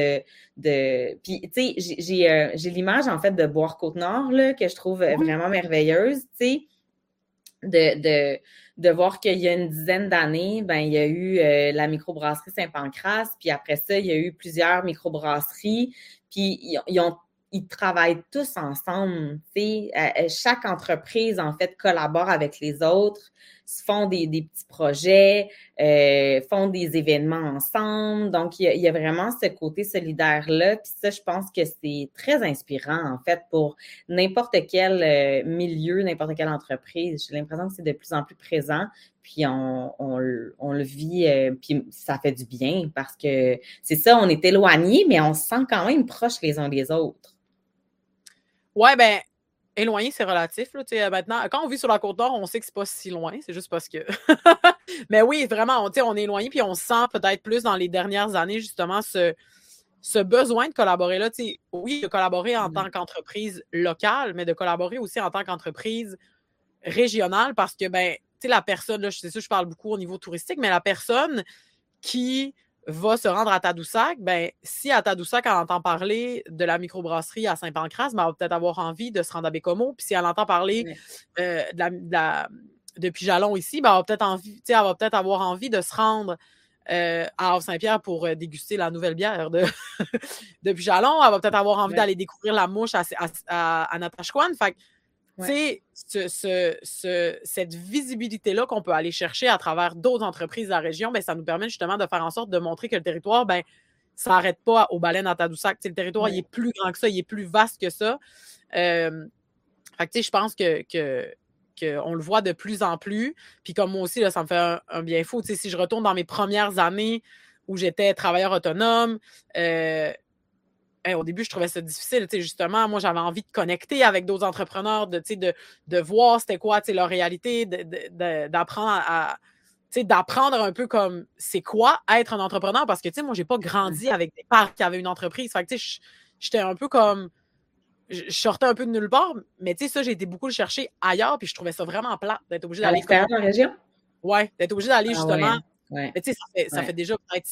puis, tu sais, j'ai l'image, en fait, de Boire Côte-Nord, là, que je trouve vraiment merveilleuse, tu sais, de voir qu'il y a une dizaine d'années, ben il y a eu la microbrasserie Saint-Pancras, puis après ça, il y a eu plusieurs microbrasseries, puis ils travaillent tous ensemble, tu sais, chaque entreprise, en fait, collabore avec les autres, se font des petits projets, font des événements ensemble. Donc, il y a vraiment ce côté solidaire-là. Puis ça, je pense que c'est très inspirant, en fait, pour n'importe quel milieu, n'importe quelle entreprise. J'ai l'impression que c'est de plus en plus présent. Puis on le vit, puis ça fait du bien parce que c'est ça, on est éloignés, mais on se sent quand même proches les uns des autres. Ouais, ben, éloigné, c'est relatif. Là, maintenant, quand on vit sur la Côte-Nord, on sait que c'est pas si loin. C'est juste parce que... Mais oui, vraiment, on est éloigné, puis on sent peut-être plus dans les dernières années, justement, ce besoin de collaborer là. Oui, de collaborer en tant qu'entreprise locale, mais de collaborer aussi en tant qu'entreprise régionale parce que, ben, tu sais, la personne, là, c'est sûr, je parle beaucoup au niveau touristique, mais la personne qui va se rendre à Tadoussac, ben, si à Tadoussac, elle entend parler de la microbrasserie à Saint-Pancras, ben, elle va peut-être avoir envie de se rendre à Bécomo. Puis si elle entend parler de Pijalon ici, ben, elle va peut-être avoir envie de se rendre à Havre-Saint-Pierre pour déguster la nouvelle bière de Pijalon. Elle va peut-être avoir envie d'aller découvrir la mouche à Natashquan. Fait que, tu sais, cette visibilité-là qu'on peut aller chercher à travers d'autres entreprises de la région, ben, ça nous permet justement de faire en sorte de montrer que le territoire, ben, ça n'arrête pas aux baleines à Tadoussac. Le territoire, il est plus grand que ça, il est plus vaste que ça. Fait que, tu sais, je pense qu'on le voit de plus en plus. Puis comme moi aussi, là, ça me fait un bien fou. Tu sais, si je retourne dans mes premières années où j'étais travailleur autonome, au début, je trouvais ça difficile. Justement, moi, j'avais envie de connecter avec d'autres entrepreneurs, de voir c'était quoi leur réalité, d'apprendre sais, d'apprendre un peu comme c'est quoi être un entrepreneur, parce que, tu sais, moi, j'ai pas grandi avec des parents qui avaient une entreprise. Fait que, tu sais, j'étais un peu comme, je sortais un peu de nulle part, mais tu sais, ça, j'ai été beaucoup le chercher ailleurs, puis je trouvais ça vraiment plate d'être obligé À d'aller l'extérieur comme, de la région? ouais, d'être obligé d'aller Ah ouais, justement, ouais, mais tu sais, ça fait ouais, déjà peut-être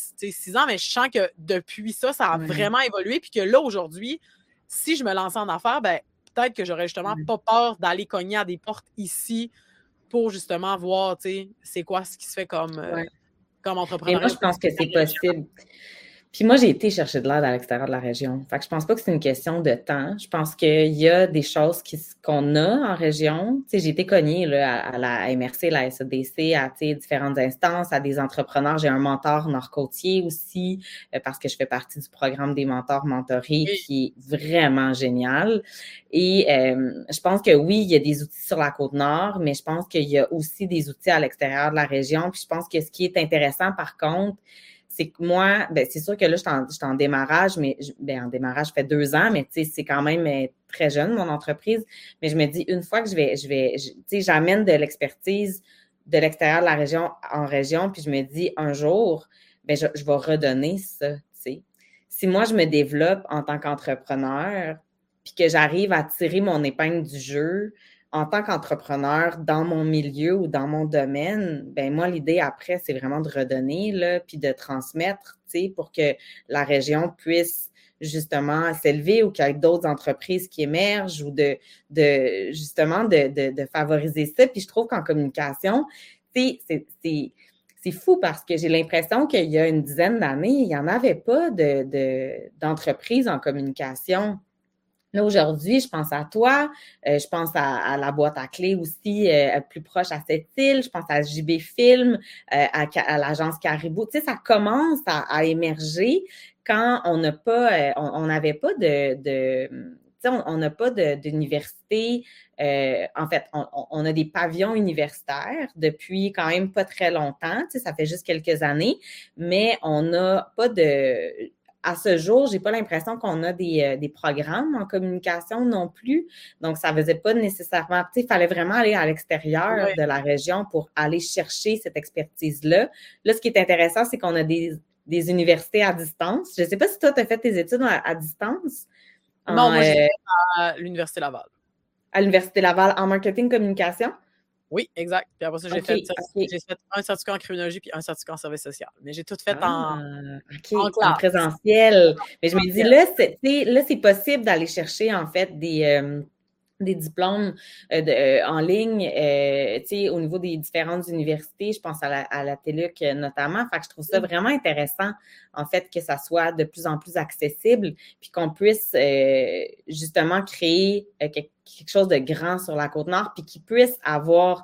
6 ans, mais je sens que depuis ça, ça a ouais, vraiment évolué, puis que là, aujourd'hui, si je me lançais en affaires, ben, peut-être que j'aurais justement ouais. pas peur d'aller cogner à des portes ici pour justement voir, tu sais, c'est quoi ce qui se fait Ouais. comme Mais moi, entrepreneuriat je pense que c'est dans la région. possible. Puis moi, j'ai été chercher de l'aide à l'extérieur de la région. Fait que je pense pas que c'est une question de temps. Je pense qu'il y a des choses qu'on a en région. Tu sais, j'ai été cognée là, à la MRC, la SEDC, à tu sais, différentes instances, à des entrepreneurs. J'ai un mentor nord-côtier aussi, parce que je fais partie du programme des mentors mentorés Oui, qui est vraiment génial. Et je pense que oui, il y a des outils sur la Côte-Nord, mais je pense qu'il y a aussi des outils à l'extérieur de la région. Puis je pense que ce qui est intéressant, par contre, c'est que moi, ben, c'est sûr que là, je suis en démarrage, mais ben, en démarrage, ça fait 2 ans, mais tu sais, c'est quand même très jeune, mon entreprise. Mais je me dis, une fois que tu sais, j'amène de l'expertise de l'extérieur de la région en région, puis je me dis, un jour, ben, je vais redonner ça, tu sais. Si moi, je me développe en tant qu'entrepreneur, puis que j'arrive à tirer mon épingle du jeu, en tant qu'entrepreneur dans mon milieu ou dans mon domaine, ben moi, l'idée après, c'est vraiment de redonner, là, puis de transmettre, tu sais, pour que la région puisse justement s'élever ou qu'il y ait d'autres entreprises qui émergent ou justement de favoriser ça. Puis je trouve qu'en communication, tu sais, c'est fou parce que j'ai l'impression qu'il y a une dizaine d'années, il n'y en avait pas d'entreprises en communication. Là, aujourd'hui, je pense à toi, je pense à la boîte à clés aussi, plus proche à cette île, je pense à JB Film, à l'agence Caribou. Tu sais, ça commence à émerger quand on n'a pas, on n'avait pas tu sais, on n'a pas d'université. En fait, on a des pavillons universitaires depuis quand même pas très longtemps. Tu sais, ça fait juste quelques années, mais on n'a pas à ce jour, j'ai pas l'impression qu'on a des programmes en communication non plus. Donc, ça faisait pas nécessairement, tu sais, il fallait vraiment aller à l'extérieur ouais. de la région pour aller chercher cette expertise-là. Là, ce qui est intéressant, c'est qu'on a des universités à distance. Je sais pas si toi, tu as fait tes études à distance Non, en, moi, j'étais à l'Université Laval. à l'Université Laval en marketing communication. Oui, exact. Puis après ça, OK, OK. j'ai fait un certificat en criminologie puis un certificat en service social. Mais j'ai tout fait Ah, en OK, en classe. présentiel. Mais je me dis, Présentiel. là, c'est possible d'aller chercher, en fait, des diplômes en ligne, tu sais, au niveau des différentes universités. Je pense à la TELUC notamment. Fait que je trouve ça vraiment intéressant, en fait, que ça soit de plus en plus accessible, puis qu'on puisse justement créer quelque chose de grand sur la Côte-Nord, puis qui puisse avoir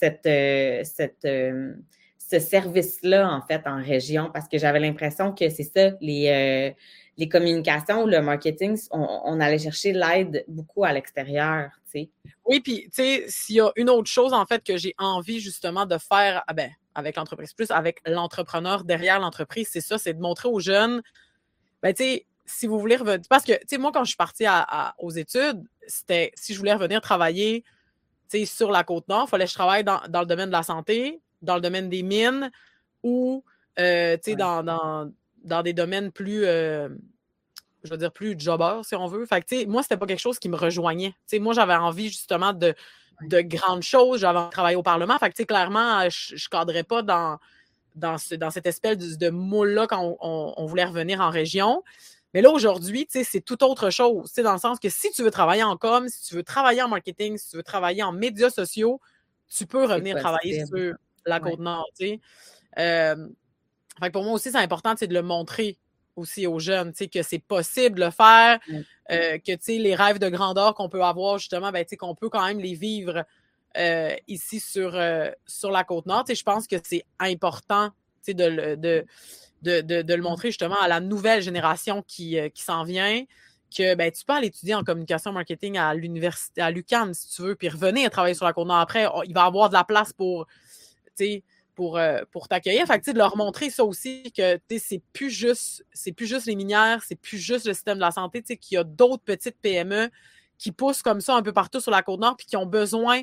ce service-là, en fait, en région, parce que j'avais l'impression que c'est ça, les communications ou le marketing, on allait chercher l'aide beaucoup à l'extérieur, tu sais. Oui, puis, tu sais, s'il y a une autre chose, en fait, que j'ai envie, justement, de faire, ben, avec l'entreprise plus, avec l'entrepreneur derrière l'entreprise, c'est ça, c'est de montrer aux jeunes, ben, tu sais, si vous voulez revenir, parce que, tu sais, moi, quand je suis partie aux études, c'était, si je voulais revenir travailler, tu sais, sur la Côte-Nord, il fallait que je travaille dans le domaine de la santé, dans le domaine des mines ou, tu sais, Ouais. dans des domaines plus, je veux dire, plus jobber, si on veut. Fait que, tu sais, moi, c'était pas quelque chose qui me rejoignait. Tu sais, moi, j'avais envie, justement, de grandes choses. J'avais envie de travailler au Parlement. Fait que, tu sais, clairement, je cadrais pas dans cette espèce de moule-là quand on voulait revenir en région. Mais là, aujourd'hui, tu sais, c'est tout autre chose. Tu sais, dans le sens que si tu veux travailler en com, si tu veux travailler en marketing, si tu veux travailler en médias sociaux, tu peux C'est revenir travailler possible. sur la Ouais. Côte-Nord, tu sais. Euh, Fait que pour moi aussi, c'est important, tu sais, de le montrer aussi aux jeunes, tu sais, que c'est possible de le faire, Ouais. que, tu sais, les rêves de grandeur qu'on peut avoir, justement, ben, tu sais, qu'on peut quand même les vivre ici sur la Côte-Nord. Tu sais, je pense que c'est important, tu sais, de le montrer, justement, à la nouvelle génération qui s'en vient, que, ben, tu peux aller étudier en communication marketing à l'université, à l'UQAM, si tu veux, puis revenir travailler sur la Côte-Nord après. Il va y avoir de la place tu sais, pour t'accueillir. Fait que, tu sais, de leur montrer ça aussi, que, tu sais, c'est plus juste les minières, c'est plus juste le système de la santé, tu sais, qu'il y a d'autres petites PME qui poussent comme ça un peu partout sur la Côte-Nord puis qui ont besoin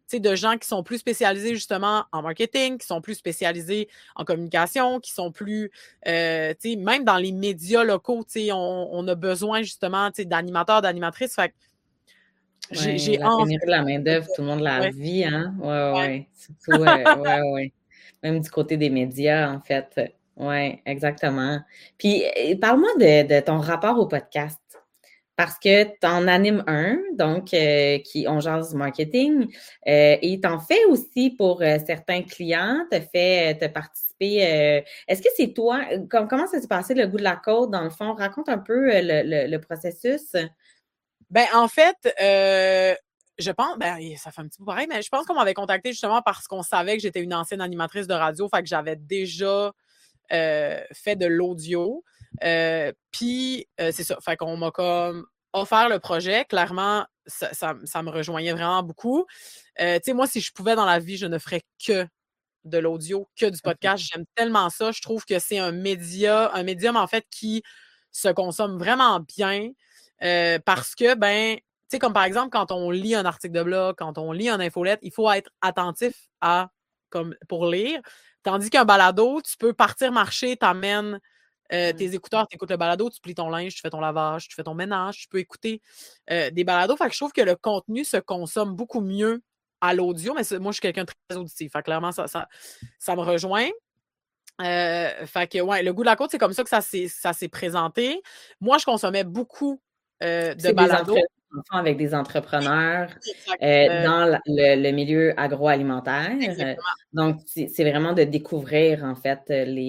sais, de gens qui sont plus spécialisés justement en marketing, qui sont plus spécialisés en communication, qui sont plus, tu sais, même dans les médias locaux, tu sais, on a besoin justement, tu sais, d'animateurs, d'animatrices. Fait que Ouais, j'ai la envie. pénurie de la main-d'œuvre, tout le monde la Ouais, vit, hein? Ouais, ouais. ouais. Surtout, ouais, ouais. Même du côté des médias, en fait. Ouais, exactement. Puis, parle-moi de ton rapport au podcast. Parce que tu en animes un, donc, qui On jase marketing, et tu en fais aussi pour certains clients, te fait te participer. Est-ce que c'est toi, comment ça s'est passé le goût de la côte, dans le fond? Raconte un peu le processus. Ben, en fait, je pense, ben, ça fait un petit peu pareil, mais je pense qu'on m'avait contacté justement parce qu'on savait que j'étais une ancienne animatrice de radio, fait que j'avais déjà fait de l'audio. Puis, c'est ça, fait qu'on m'a comme offert le projet. Clairement, ça me rejoignait vraiment beaucoup. Tu sais, moi, si je pouvais dans la vie, je ne ferais que de l'audio, que du OK. podcast. J'aime tellement ça. Je trouve que c'est un médium, en fait, qui se consomme vraiment bien parce que, ben, tu sais, comme par exemple, quand on lit un article de blog, quand on lit un infolette, il faut être attentif comme pour lire. Tandis qu'un balado, tu peux partir marcher, t'amènes tes écouteurs, t'écoutes le balado, tu plies ton linge, tu fais ton lavage, tu fais ton ménage, tu peux écouter des balados. Fait que je trouve que le contenu se consomme beaucoup mieux à l'audio, mais moi, je suis quelqu'un de très auditif. Fait que clairement, ça me rejoint. Fait que, ouais, le goût de la côte, c'est comme ça que ça s'est présenté. Moi, je consommais beaucoup de C'est des entrevues balados. avec des entrepreneurs Exact. dans le milieu agroalimentaire. Exactement. Donc, c'est vraiment de découvrir, en fait,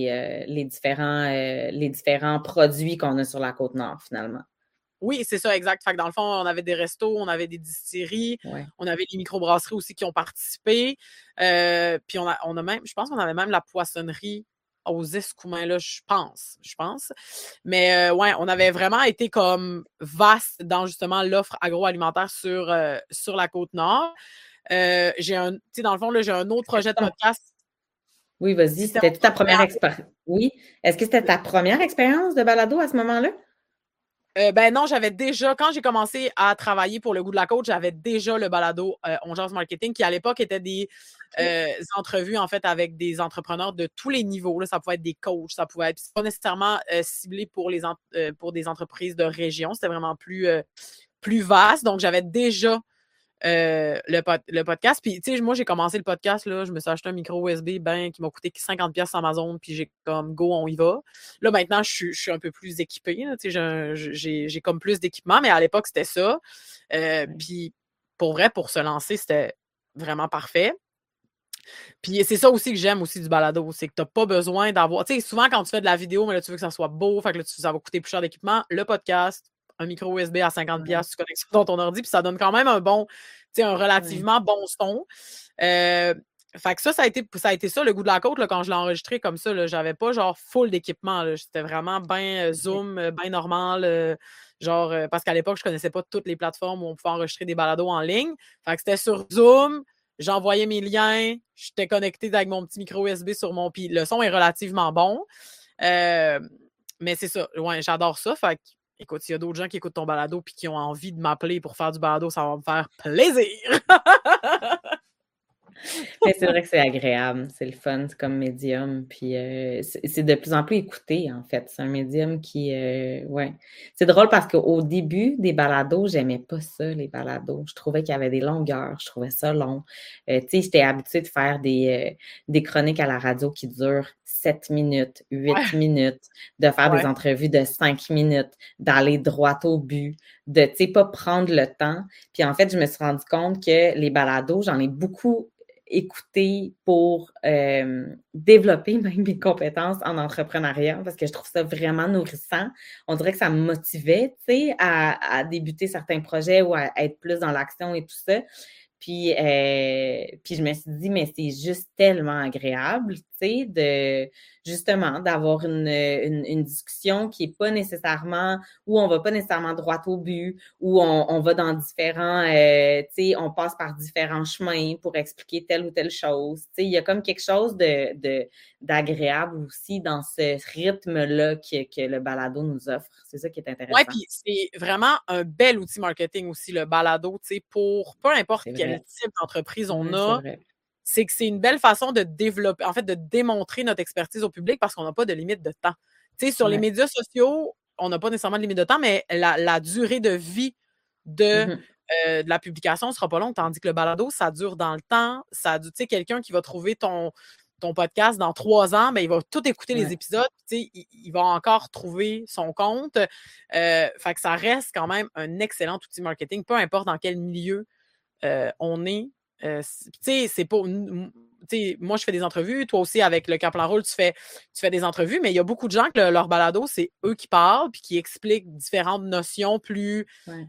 les différents produits qu'on a sur la Côte-Nord, finalement. Oui, c'est ça, exact. Fait que dans le fond, on avait des restos, on avait des distilleries, Ouais. on avait les microbrasseries aussi qui ont participé. Puis on a même, je pense qu'on avait même la poissonnerie aux Escoumins, là, je pense. Mais ouais, on avait vraiment été comme vaste dans justement l'offre agroalimentaire sur la Côte-Nord. Tu sais, dans le fond, là, j'ai un autre projet de podcast. Oui, vas-y. Système C'était ta première entrepreneurial. expérience. Oui. Est-ce que c'était ta première expérience de balado à ce moment-là? Ben non, j'avais déjà, quand j'ai commencé à travailler pour le goût de la côte, j'avais déjà le balado On jase marketing, qui à l'époque était des entrevues en fait avec des entrepreneurs de tous les niveaux. Là. Ça pouvait être des coachs, ça pouvait être pas nécessairement ciblé pour des entreprises de région, c'était vraiment plus vaste. Donc j'avais déjà le podcast. Puis, tu sais, moi, j'ai commencé le podcast, là, je me suis acheté un micro USB qui m'a coûté 50$ sur Amazon, puis j'ai comme, go, on y va. Là, maintenant, je suis un peu plus équipée, là, tu sais, j'ai comme plus d'équipement, mais à l'époque, c'était ça. Puis, pour vrai, pour se lancer, c'était vraiment parfait. Puis c'est ça aussi que j'aime aussi du balado, c'est que tu n'as pas besoin d'avoir. Tu sais, souvent quand tu fais de la vidéo, mais là, tu veux que ça soit beau, fait que là, ça va coûter plus cher d'équipement. Le podcast, un micro USB à 50$, tu connectes ça dans ton ordi, puis ça donne quand même un relativement bon son. Fait que ça a été ça, le goût de la côte, là, quand je l'ai enregistré comme ça. Là, j'avais pas genre full d'équipement. C'était vraiment bien Zoom, bien normal. Parce qu'à l'époque, je connaissais pas toutes les plateformes où on pouvait enregistrer des balados en ligne. Fait que c'était sur Zoom. J'envoyais mes liens, j'étais connecté avec mon petit micro USB sur mon... Puis le son est relativement bon. Mais c'est ça, ouais, j'adore ça. Fait que, écoute, s'il y a d'autres gens qui écoutent ton balado puis qui ont envie de m'appeler pour faire du balado, ça va me faire plaisir! Mais c'est vrai que c'est agréable, c'est le fun, c'est comme médium, puis c'est de plus en plus écouté, en fait. C'est un médium qui, ouais. C'est drôle parce qu'au début des balados, j'aimais pas ça, les balados. Je trouvais qu'il y avait des longueurs, je trouvais ça long. Tu sais, j'étais habituée de faire des chroniques à la radio qui durent 7 minutes, 8 minutes, de faire des entrevues de 5 minutes, d'aller droit au but, de, tu sais, pas prendre le temps. Puis en fait, je me suis rendu compte que les balados, j'en ai beaucoup écouter pour développer même mes compétences en entrepreneuriat parce que je trouve ça vraiment nourrissant. On dirait que ça me motivait, tu sais, à débuter certains projets ou à être plus dans l'action et tout ça. Puis je me suis dit, mais c'est juste tellement agréable, tu sais, justement, d'avoir une discussion qui est pas nécessairement, où on va pas nécessairement droit au but, où on va dans différents, tu sais, on passe par différents chemins pour expliquer telle ou telle chose. Tu sais, il y a comme quelque chose d'agréable aussi dans ce rythme-là que le balado nous offre. C'est ça qui est intéressant. Ouais, puis c'est vraiment un bel outil marketing aussi, le balado, tu sais, pour peu importe quel vrai. type d'entreprise on C'est a, vrai. c'est que c'est une belle façon de développer, en fait, de démontrer notre expertise au public parce qu'on n'a pas de limite de temps. Tu sais, sur les Ouais. médias sociaux, on n'a pas nécessairement de limite de temps, mais la durée de vie de, Mhm. de la publication ne sera pas longue, tandis que le balado, ça dure dans le temps. Tu sais, quelqu'un qui va trouver ton podcast dans 3 ans, ben, il va tout écouter les Ouais. épisodes, tu sais, il va encore trouver son compte. Fait que ça reste quand même un excellent outil marketing, peu importe dans quel milieu on est. Tu sais, c'est pas. Tu sais, moi, je fais des entrevues. Toi aussi, avec le Kaplan Roll, tu fais des entrevues, mais il y a beaucoup de gens que leur balado, c'est eux qui parlent puis qui expliquent différentes notions Ouais.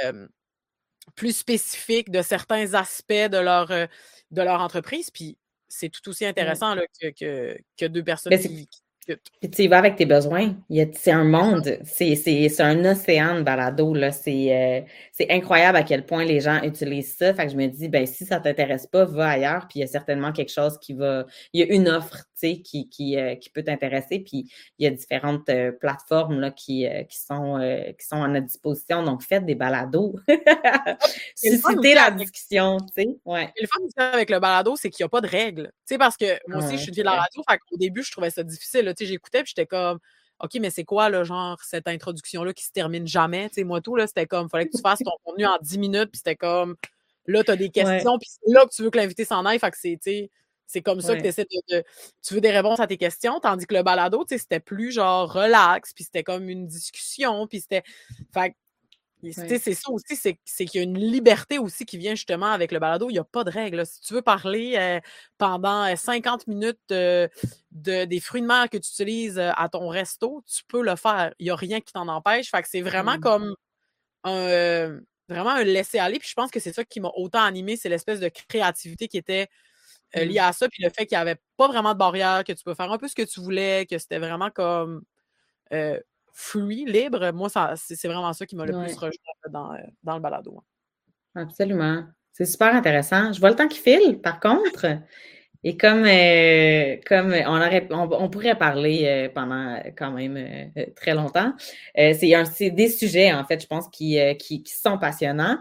plus spécifiques de certains aspects de leur entreprise. Puis c'est tout aussi Ouais. intéressant là, que deux personnes Ben, qui discutent. puis tu y vas avec tes besoins. C'est un monde, c'est un océan de balado, là. C'est incroyable à quel point les gens utilisent ça. Fait que je me dis, ben si ça t'intéresse pas, va ailleurs. Puis il y a certainement quelque chose il y a une offre, tu sais, qui peut t'intéresser. Puis il y a différentes plateformes là, qui sont à notre disposition. Donc faites des balados. Et le fun Suscitez aussi la avec discussion, tu sais. Ouais. Et le fun aussi avec le balado, c'est qu'il n'y a pas de règles. Tu sais, parce que moi Ah aussi, je ouais, suis une c'est fille de la vrai. radio, fait qu'au début, je trouvais ça difficile, là. Tu sais, j'écoutais, puis j'étais comme, OK, mais c'est quoi, là, genre, cette introduction-là qui se termine jamais? Tu sais, moi, tout, là, c'était comme, fallait que tu fasses ton contenu en 10 minutes, puis c'était comme, là, tu as des Ouais, questions, puis c'est là que tu veux que l'invité s'en aille, fait que c'est, tu sais, c'est comme ça que tu ouais. essaies tu veux des réponses à tes questions, tandis que le balado, tu sais, c'était plus genre relax, puis c'était comme une discussion, puis c'était. Fait que Ouais. c'est ça aussi, c'est qu'il y a une liberté aussi qui vient justement avec le balado. Il n'y a pas de règles. Là. Si tu veux parler pendant 50 minutes des fruits de mer que tu utilises à ton resto, tu peux le faire. Il n'y a rien qui t'en empêche. Fait que c'est vraiment Mm. comme vraiment un laisser-aller. Puis je pense que c'est ça qui m'a autant animé, c'est l'espèce de créativité qui était liée Mm. à ça. Puis le fait qu'il n'y avait pas vraiment de barrière, que tu peux faire un peu ce que tu voulais, que c'était vraiment comme euh, free, libre, moi, c'est vraiment ça qui m'a le plus Ouais. rejoint dans le balado. Absolument. C'est super intéressant. Je vois le temps qui file, par contre. Et comme on pourrait parler pendant quand même très longtemps. C'est des sujets, en fait, je pense, qui sont passionnants.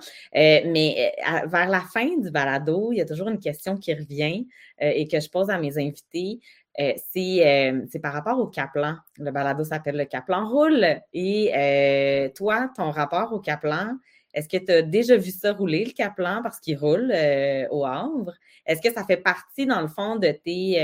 Vers la fin du balado, il y a toujours une question qui revient et que je pose à mes invités. C'est par rapport au Kaplan. Le balado s'appelle le Kaplan Roule. Et toi, ton rapport au Kaplan, est-ce que tu as déjà vu ça rouler, le Kaplan, parce qu'il roule au Havre? Est-ce que ça fait partie, dans le fond, de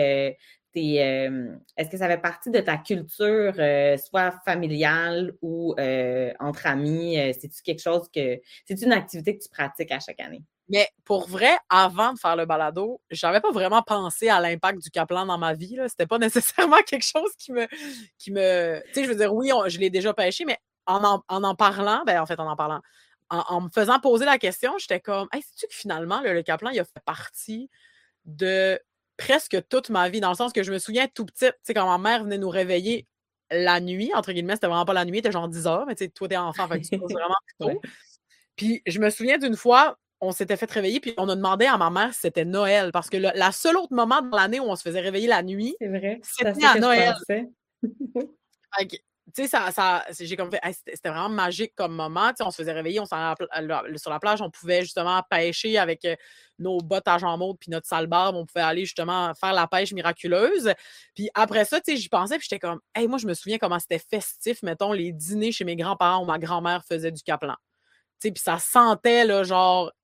est-ce que ça fait partie de ta culture, soit familiale ou entre amis? C'est-tu une activité que tu pratiques à chaque année? Mais pour vrai, avant de faire le balado, j'avais pas vraiment pensé à l'impact du Kaplan dans ma vie. Là. C'était pas nécessairement quelque chose qui me. Tu sais, je veux dire, oui, je l'ai déjà pêché, mais en parlant, ben en fait, en parlant, en me faisant poser la question, j'étais comme, hey, sais-tu que finalement, le Kaplan, il a fait partie de presque toute ma vie, dans le sens que je me souviens tout petite, tu sais, quand ma mère venait nous réveiller la nuit, entre guillemets, c'était vraiment pas la nuit, c'était genre 10 heures, mais tu sais, toi, t'es enfant, fait que tu te couches vraiment plus Ouais. tôt. Puis je me souviens d'une fois, on s'était fait réveiller, puis on a demandé à ma mère si c'était Noël, parce que la seule autre moment dans l'année où on se faisait réveiller la nuit, C'est vrai, c'est à c'était ça à que je Noël. pensais. Fait que, tu sais, j'ai comme fait, hey, c'était vraiment magique comme moment. Tu sais, on se faisait réveiller, on s'en allait sur la plage, on pouvait justement pêcher avec nos bottes à jambon puis notre sale barbe, on pouvait aller justement faire la pêche miraculeuse. Puis après ça, tu sais, j'y pensais, puis j'étais comme, hey, moi, je me souviens comment c'était festif, mettons, les dîners chez mes grands-parents où ma grand-mère faisait du Kaplan. Tu sais, puis ça sentait, là, genre,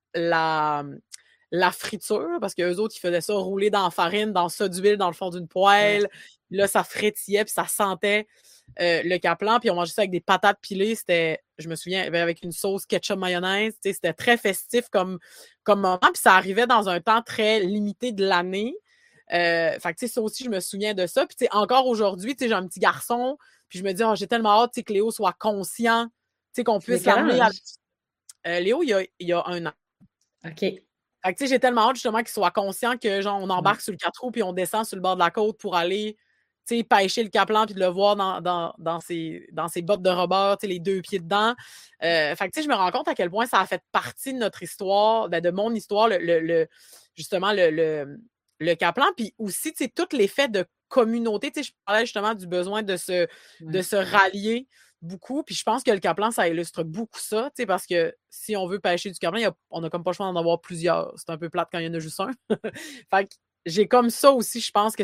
la friture, parce qu'eux autres, ils faisaient ça rouler dans la farine, dans ça d'huile, dans le fond d'une Ouais. poêle. Là, ça frétillait, puis ça sentait le Kaplan, puis on mangeait ça avec des patates pilées. C'était, je me souviens, avec une sauce ketchup mayonnaise. C'était très festif comme moment, puis ça arrivait dans un temps très limité de l'année. Fait que, tu sais, ça aussi, je me souviens de ça. Puis, tu sais, encore aujourd'hui, tu sais, j'ai un petit garçon, puis je me dis, oh, j'ai tellement hâte, tu sais, que Léo soit conscient, tu sais, qu'on De puisse quel l'amener âge? Léo, il y a 1 an. OK. Fait que, tu sais, j'ai tellement hâte justement qu'il soit conscient que, genre, on Ouais. embarque sur le 4 roues puis on descend sur le bord de la côte pour aller, tu sais, pêcher le Kaplan puis de le voir dans ses bottes de rebord, tu sais, les 2 pieds dedans. Fait que, tu sais, je me rends compte à quel point ça a fait partie de notre histoire, de mon histoire, justement, le Kaplan. Puis aussi, tu sais, tout l'effet de communauté. Tu sais, je parlais justement du besoin de se Ouais. rallier. beaucoup. Puis je pense que le caplan, ça illustre beaucoup ça, tu sais, parce que si on veut pêcher du caplan, on a comme pas le choix d'en avoir plusieurs. C'est un peu plate quand il y en a juste un. Fait que j'ai comme ça aussi, je pense que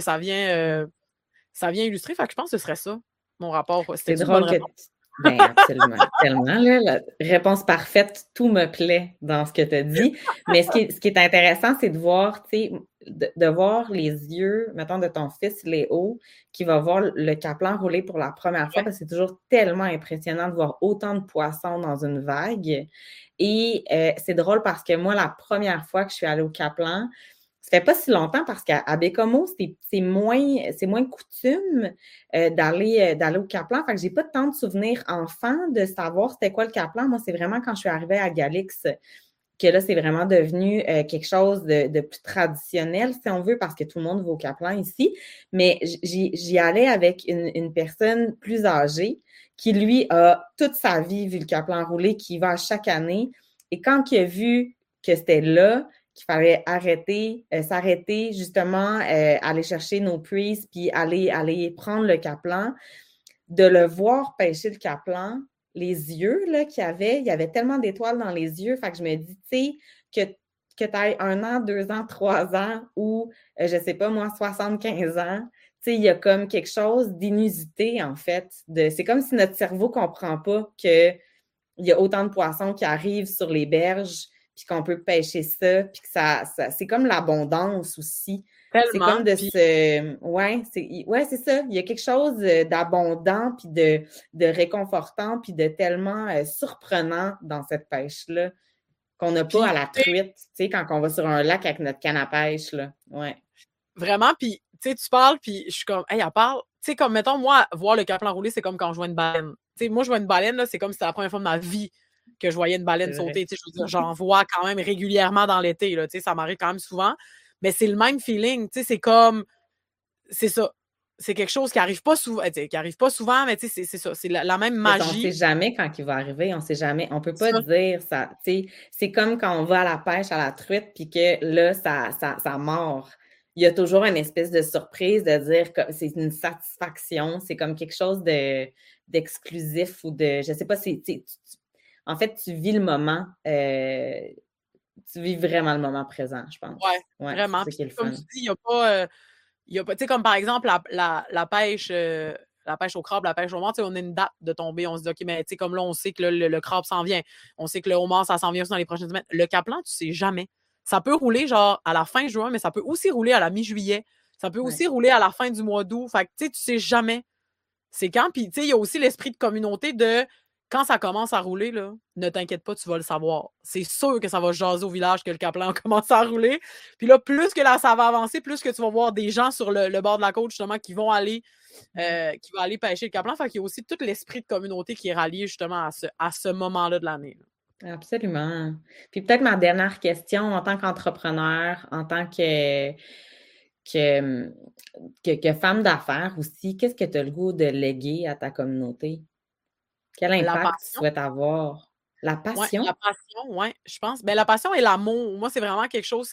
ça vient illustrer. Fait que je pense que ce serait ça, mon rapport. C'est C'était une bonne drôle que réponse. ben absolument, tellement, là, la réponse parfaite, tout me plaît dans ce que tu as dit. Mais ce qui est intéressant, c'est de voir, tu sais, de voir les yeux, mettons, de ton fils Léo, qui va voir le caplan rouler pour la première fois, parce que c'est toujours tellement impressionnant de voir autant de poissons dans une vague. Et c'est drôle parce que moi, la première fois que je suis allée au caplan, ça fait pas si longtemps parce qu'à Bécomo, c'est moins coutume d'aller au Caplan. Fait que j'ai pas tant de souvenirs enfants de savoir c'était quoi le Caplan. Moi, c'est vraiment quand je suis arrivée à Galix que là, c'est vraiment devenu quelque chose de plus traditionnel, si on veut, parce que tout le monde va au Caplan ici. Mais j'y allais avec une personne plus âgée qui, lui, a toute sa vie vu le Caplan rouler, qui y va chaque année. Et quand il a vu que c'était là, qu'il fallait s'arrêter, justement, aller chercher nos prises, puis aller prendre le caplan, de le voir pêcher le caplan, les yeux là, il y avait tellement d'étoiles dans les yeux, fait que je me dis, tu sais, que tu aies 1 an, 2 ans, 3 ans ou, je sais pas moi, 75 ans, tu sais, il y a comme quelque chose d'inusité, en fait. C'est comme si notre cerveau comprend pas qu'il y a autant de poissons qui arrivent sur les berges, puis qu'on peut pêcher ça, puis que ça c'est comme l'abondance aussi. C'est Tellement. comme de Puis, se... Ouais, c'est ça. Il y a quelque chose d'abondant, puis de réconfortant, puis de tellement surprenant dans cette pêche-là qu'on n'a pas à puis la truite, tu sais, quand on va sur un lac avec notre canne à pêche, là. Ouais. vraiment, puis tu sais, tu parles, puis je suis comme, hey, elle parle. Tu sais, comme, mettons, moi, voir le caplan rouler, c'est comme quand je vois une baleine. Tu sais, moi, je vois une baleine, là, c'est comme si c'était la première fois de ma vie que je voyais une baleine C'est vrai. sauter. Tu sais, je veux dire, j'en vois quand même régulièrement dans l'été, là. Tu sais, ça m'arrive quand même souvent. Mais c'est le même feeling. Tu sais, c'est comme, c'est ça. C'est quelque chose qui arrive pas souvent, qui arrive pas souvent, mais tu sais, c'est ça. C'est la même Mais on ne sait magie. jamais quand il va arriver, on sait jamais. On peut pas Ça. dire ça. Tu sais, c'est comme quand on va à la pêche à la truite, puis que là, ça mord. Il y a toujours une espèce de surprise de dire que c'est une satisfaction, c'est comme quelque chose d'exclusif ou de, je sais pas, en fait, tu vis le moment, tu vis vraiment le moment présent, je pense. Ouais, Ouais, c'est vraiment. ça Puis qui est le comme fun. tu dis, il y a pas, tu sais, comme par exemple, la pêche au crabe, la pêche au homard, tu sais, on a une date de tomber. On se dit, OK, mais tu sais, comme là, on sait que le crabe s'en vient. On sait que le homard, ça s'en vient aussi dans les prochaines semaines. Le caplan, tu sais jamais. Ça peut rouler genre à la fin juin, mais ça peut aussi rouler à la mi-juillet. Ça peut Ouais. aussi rouler à la fin du mois d'août. Fait que, tu sais jamais c'est quand. Puis, tu sais, il y a aussi l'esprit de communauté de quand ça commence à rouler, là, ne t'inquiète pas, tu vas le savoir. C'est sûr que ça va jaser au village que le caplan commence à rouler. Puis là, plus que là, ça va avancer, plus que tu vas voir des gens sur le bord de la côte, justement, qui vont aller pêcher le caplan. Fait qu'il y a aussi tout l'esprit de communauté qui est rallié, justement, à ce moment-là de l'année. Absolument. Puis peut-être ma dernière question en tant qu'entrepreneur, en tant que, que femme d'affaires aussi, qu'est-ce que tu as le goût de léguer à ta communauté? Quel La impact tu passion. souhaites avoir? La Ouais, la passion? passion, ouais, je pense. Ben, la passion et l'amour, moi, c'est vraiment quelque chose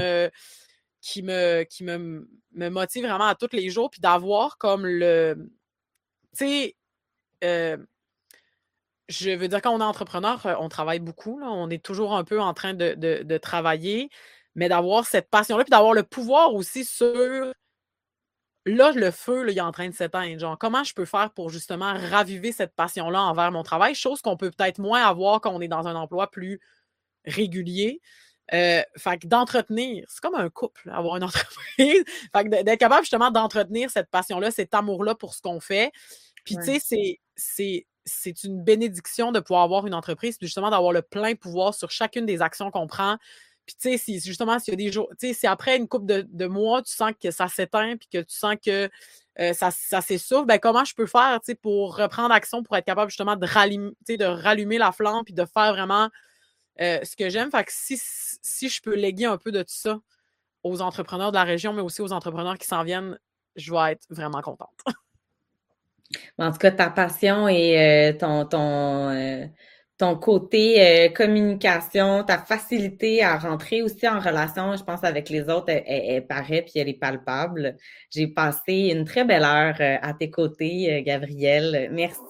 qui me motive vraiment à tous les jours, puis d'avoir comme tu sais, euh, je veux dire, quand on est entrepreneur, on travaille beaucoup, là, on est toujours un peu en train de travailler, mais d'avoir cette passion-là, puis d'avoir le pouvoir aussi sur, là, le feu, là, il est en train de s'éteindre. Genre, comment je peux faire pour justement raviver cette passion-là envers mon travail, chose qu'on peut peut-être moins avoir quand on est dans un emploi plus régulier. Fait que d'entretenir, c'est comme un couple, avoir une entreprise. Fait que d'être capable justement d'entretenir cette passion-là, cet amour-là pour ce qu'on fait. Puis Ouais. tu sais, c'est une bénédiction de pouvoir avoir une entreprise, puis justement d'avoir le plein pouvoir sur chacune des actions qu'on prend. Puis tu sais, si justement, s'il y a des jours, tu sais, si après une couple de mois, tu sens que ça s'éteint, puis que tu sens que ça s'essouffle, ben comment je peux faire, tu sais, pour reprendre action, pour être capable justement de rallumer la flamme, puis de faire vraiment ce que j'aime. Fait que si je peux léguer un peu de tout ça aux entrepreneurs de la région, mais aussi aux entrepreneurs qui s'en viennent, je vais être vraiment contente. En tout cas, ta passion et ton côté communication, ta facilité à rentrer aussi en relation, je pense, avec les autres, elle paraît puis elle est palpable. J'ai passé une très belle heure à tes côtés, Gabrielle.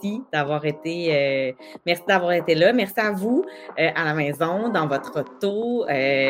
Merci d'avoir été là. Merci à vous à la maison, dans votre auto,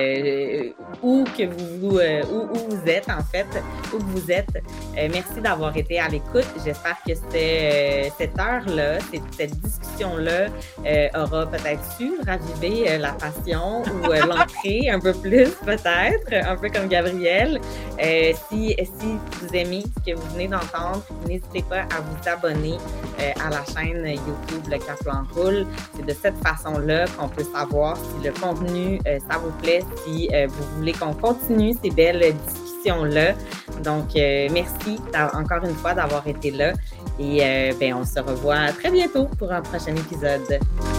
où vous êtes en fait, où vous êtes. Merci d'avoir été à l'écoute. J'espère que cette heure-là, cette discussion-là aura peut-être su raviver la passion ou l'ancrer un peu plus peut-être, un peu comme Gabrielle. Si vous aimez ce que vous venez d'entendre, n'hésitez pas à vous abonner à la chaîne YouTube Le Cap-Blanc Roule. C'est de cette façon-là qu'on peut savoir si le contenu, ça vous plaît, si vous voulez qu'on continue ces belles discussions-là. Donc, merci encore une fois d'avoir été là et on se revoit très bientôt pour un prochain épisode.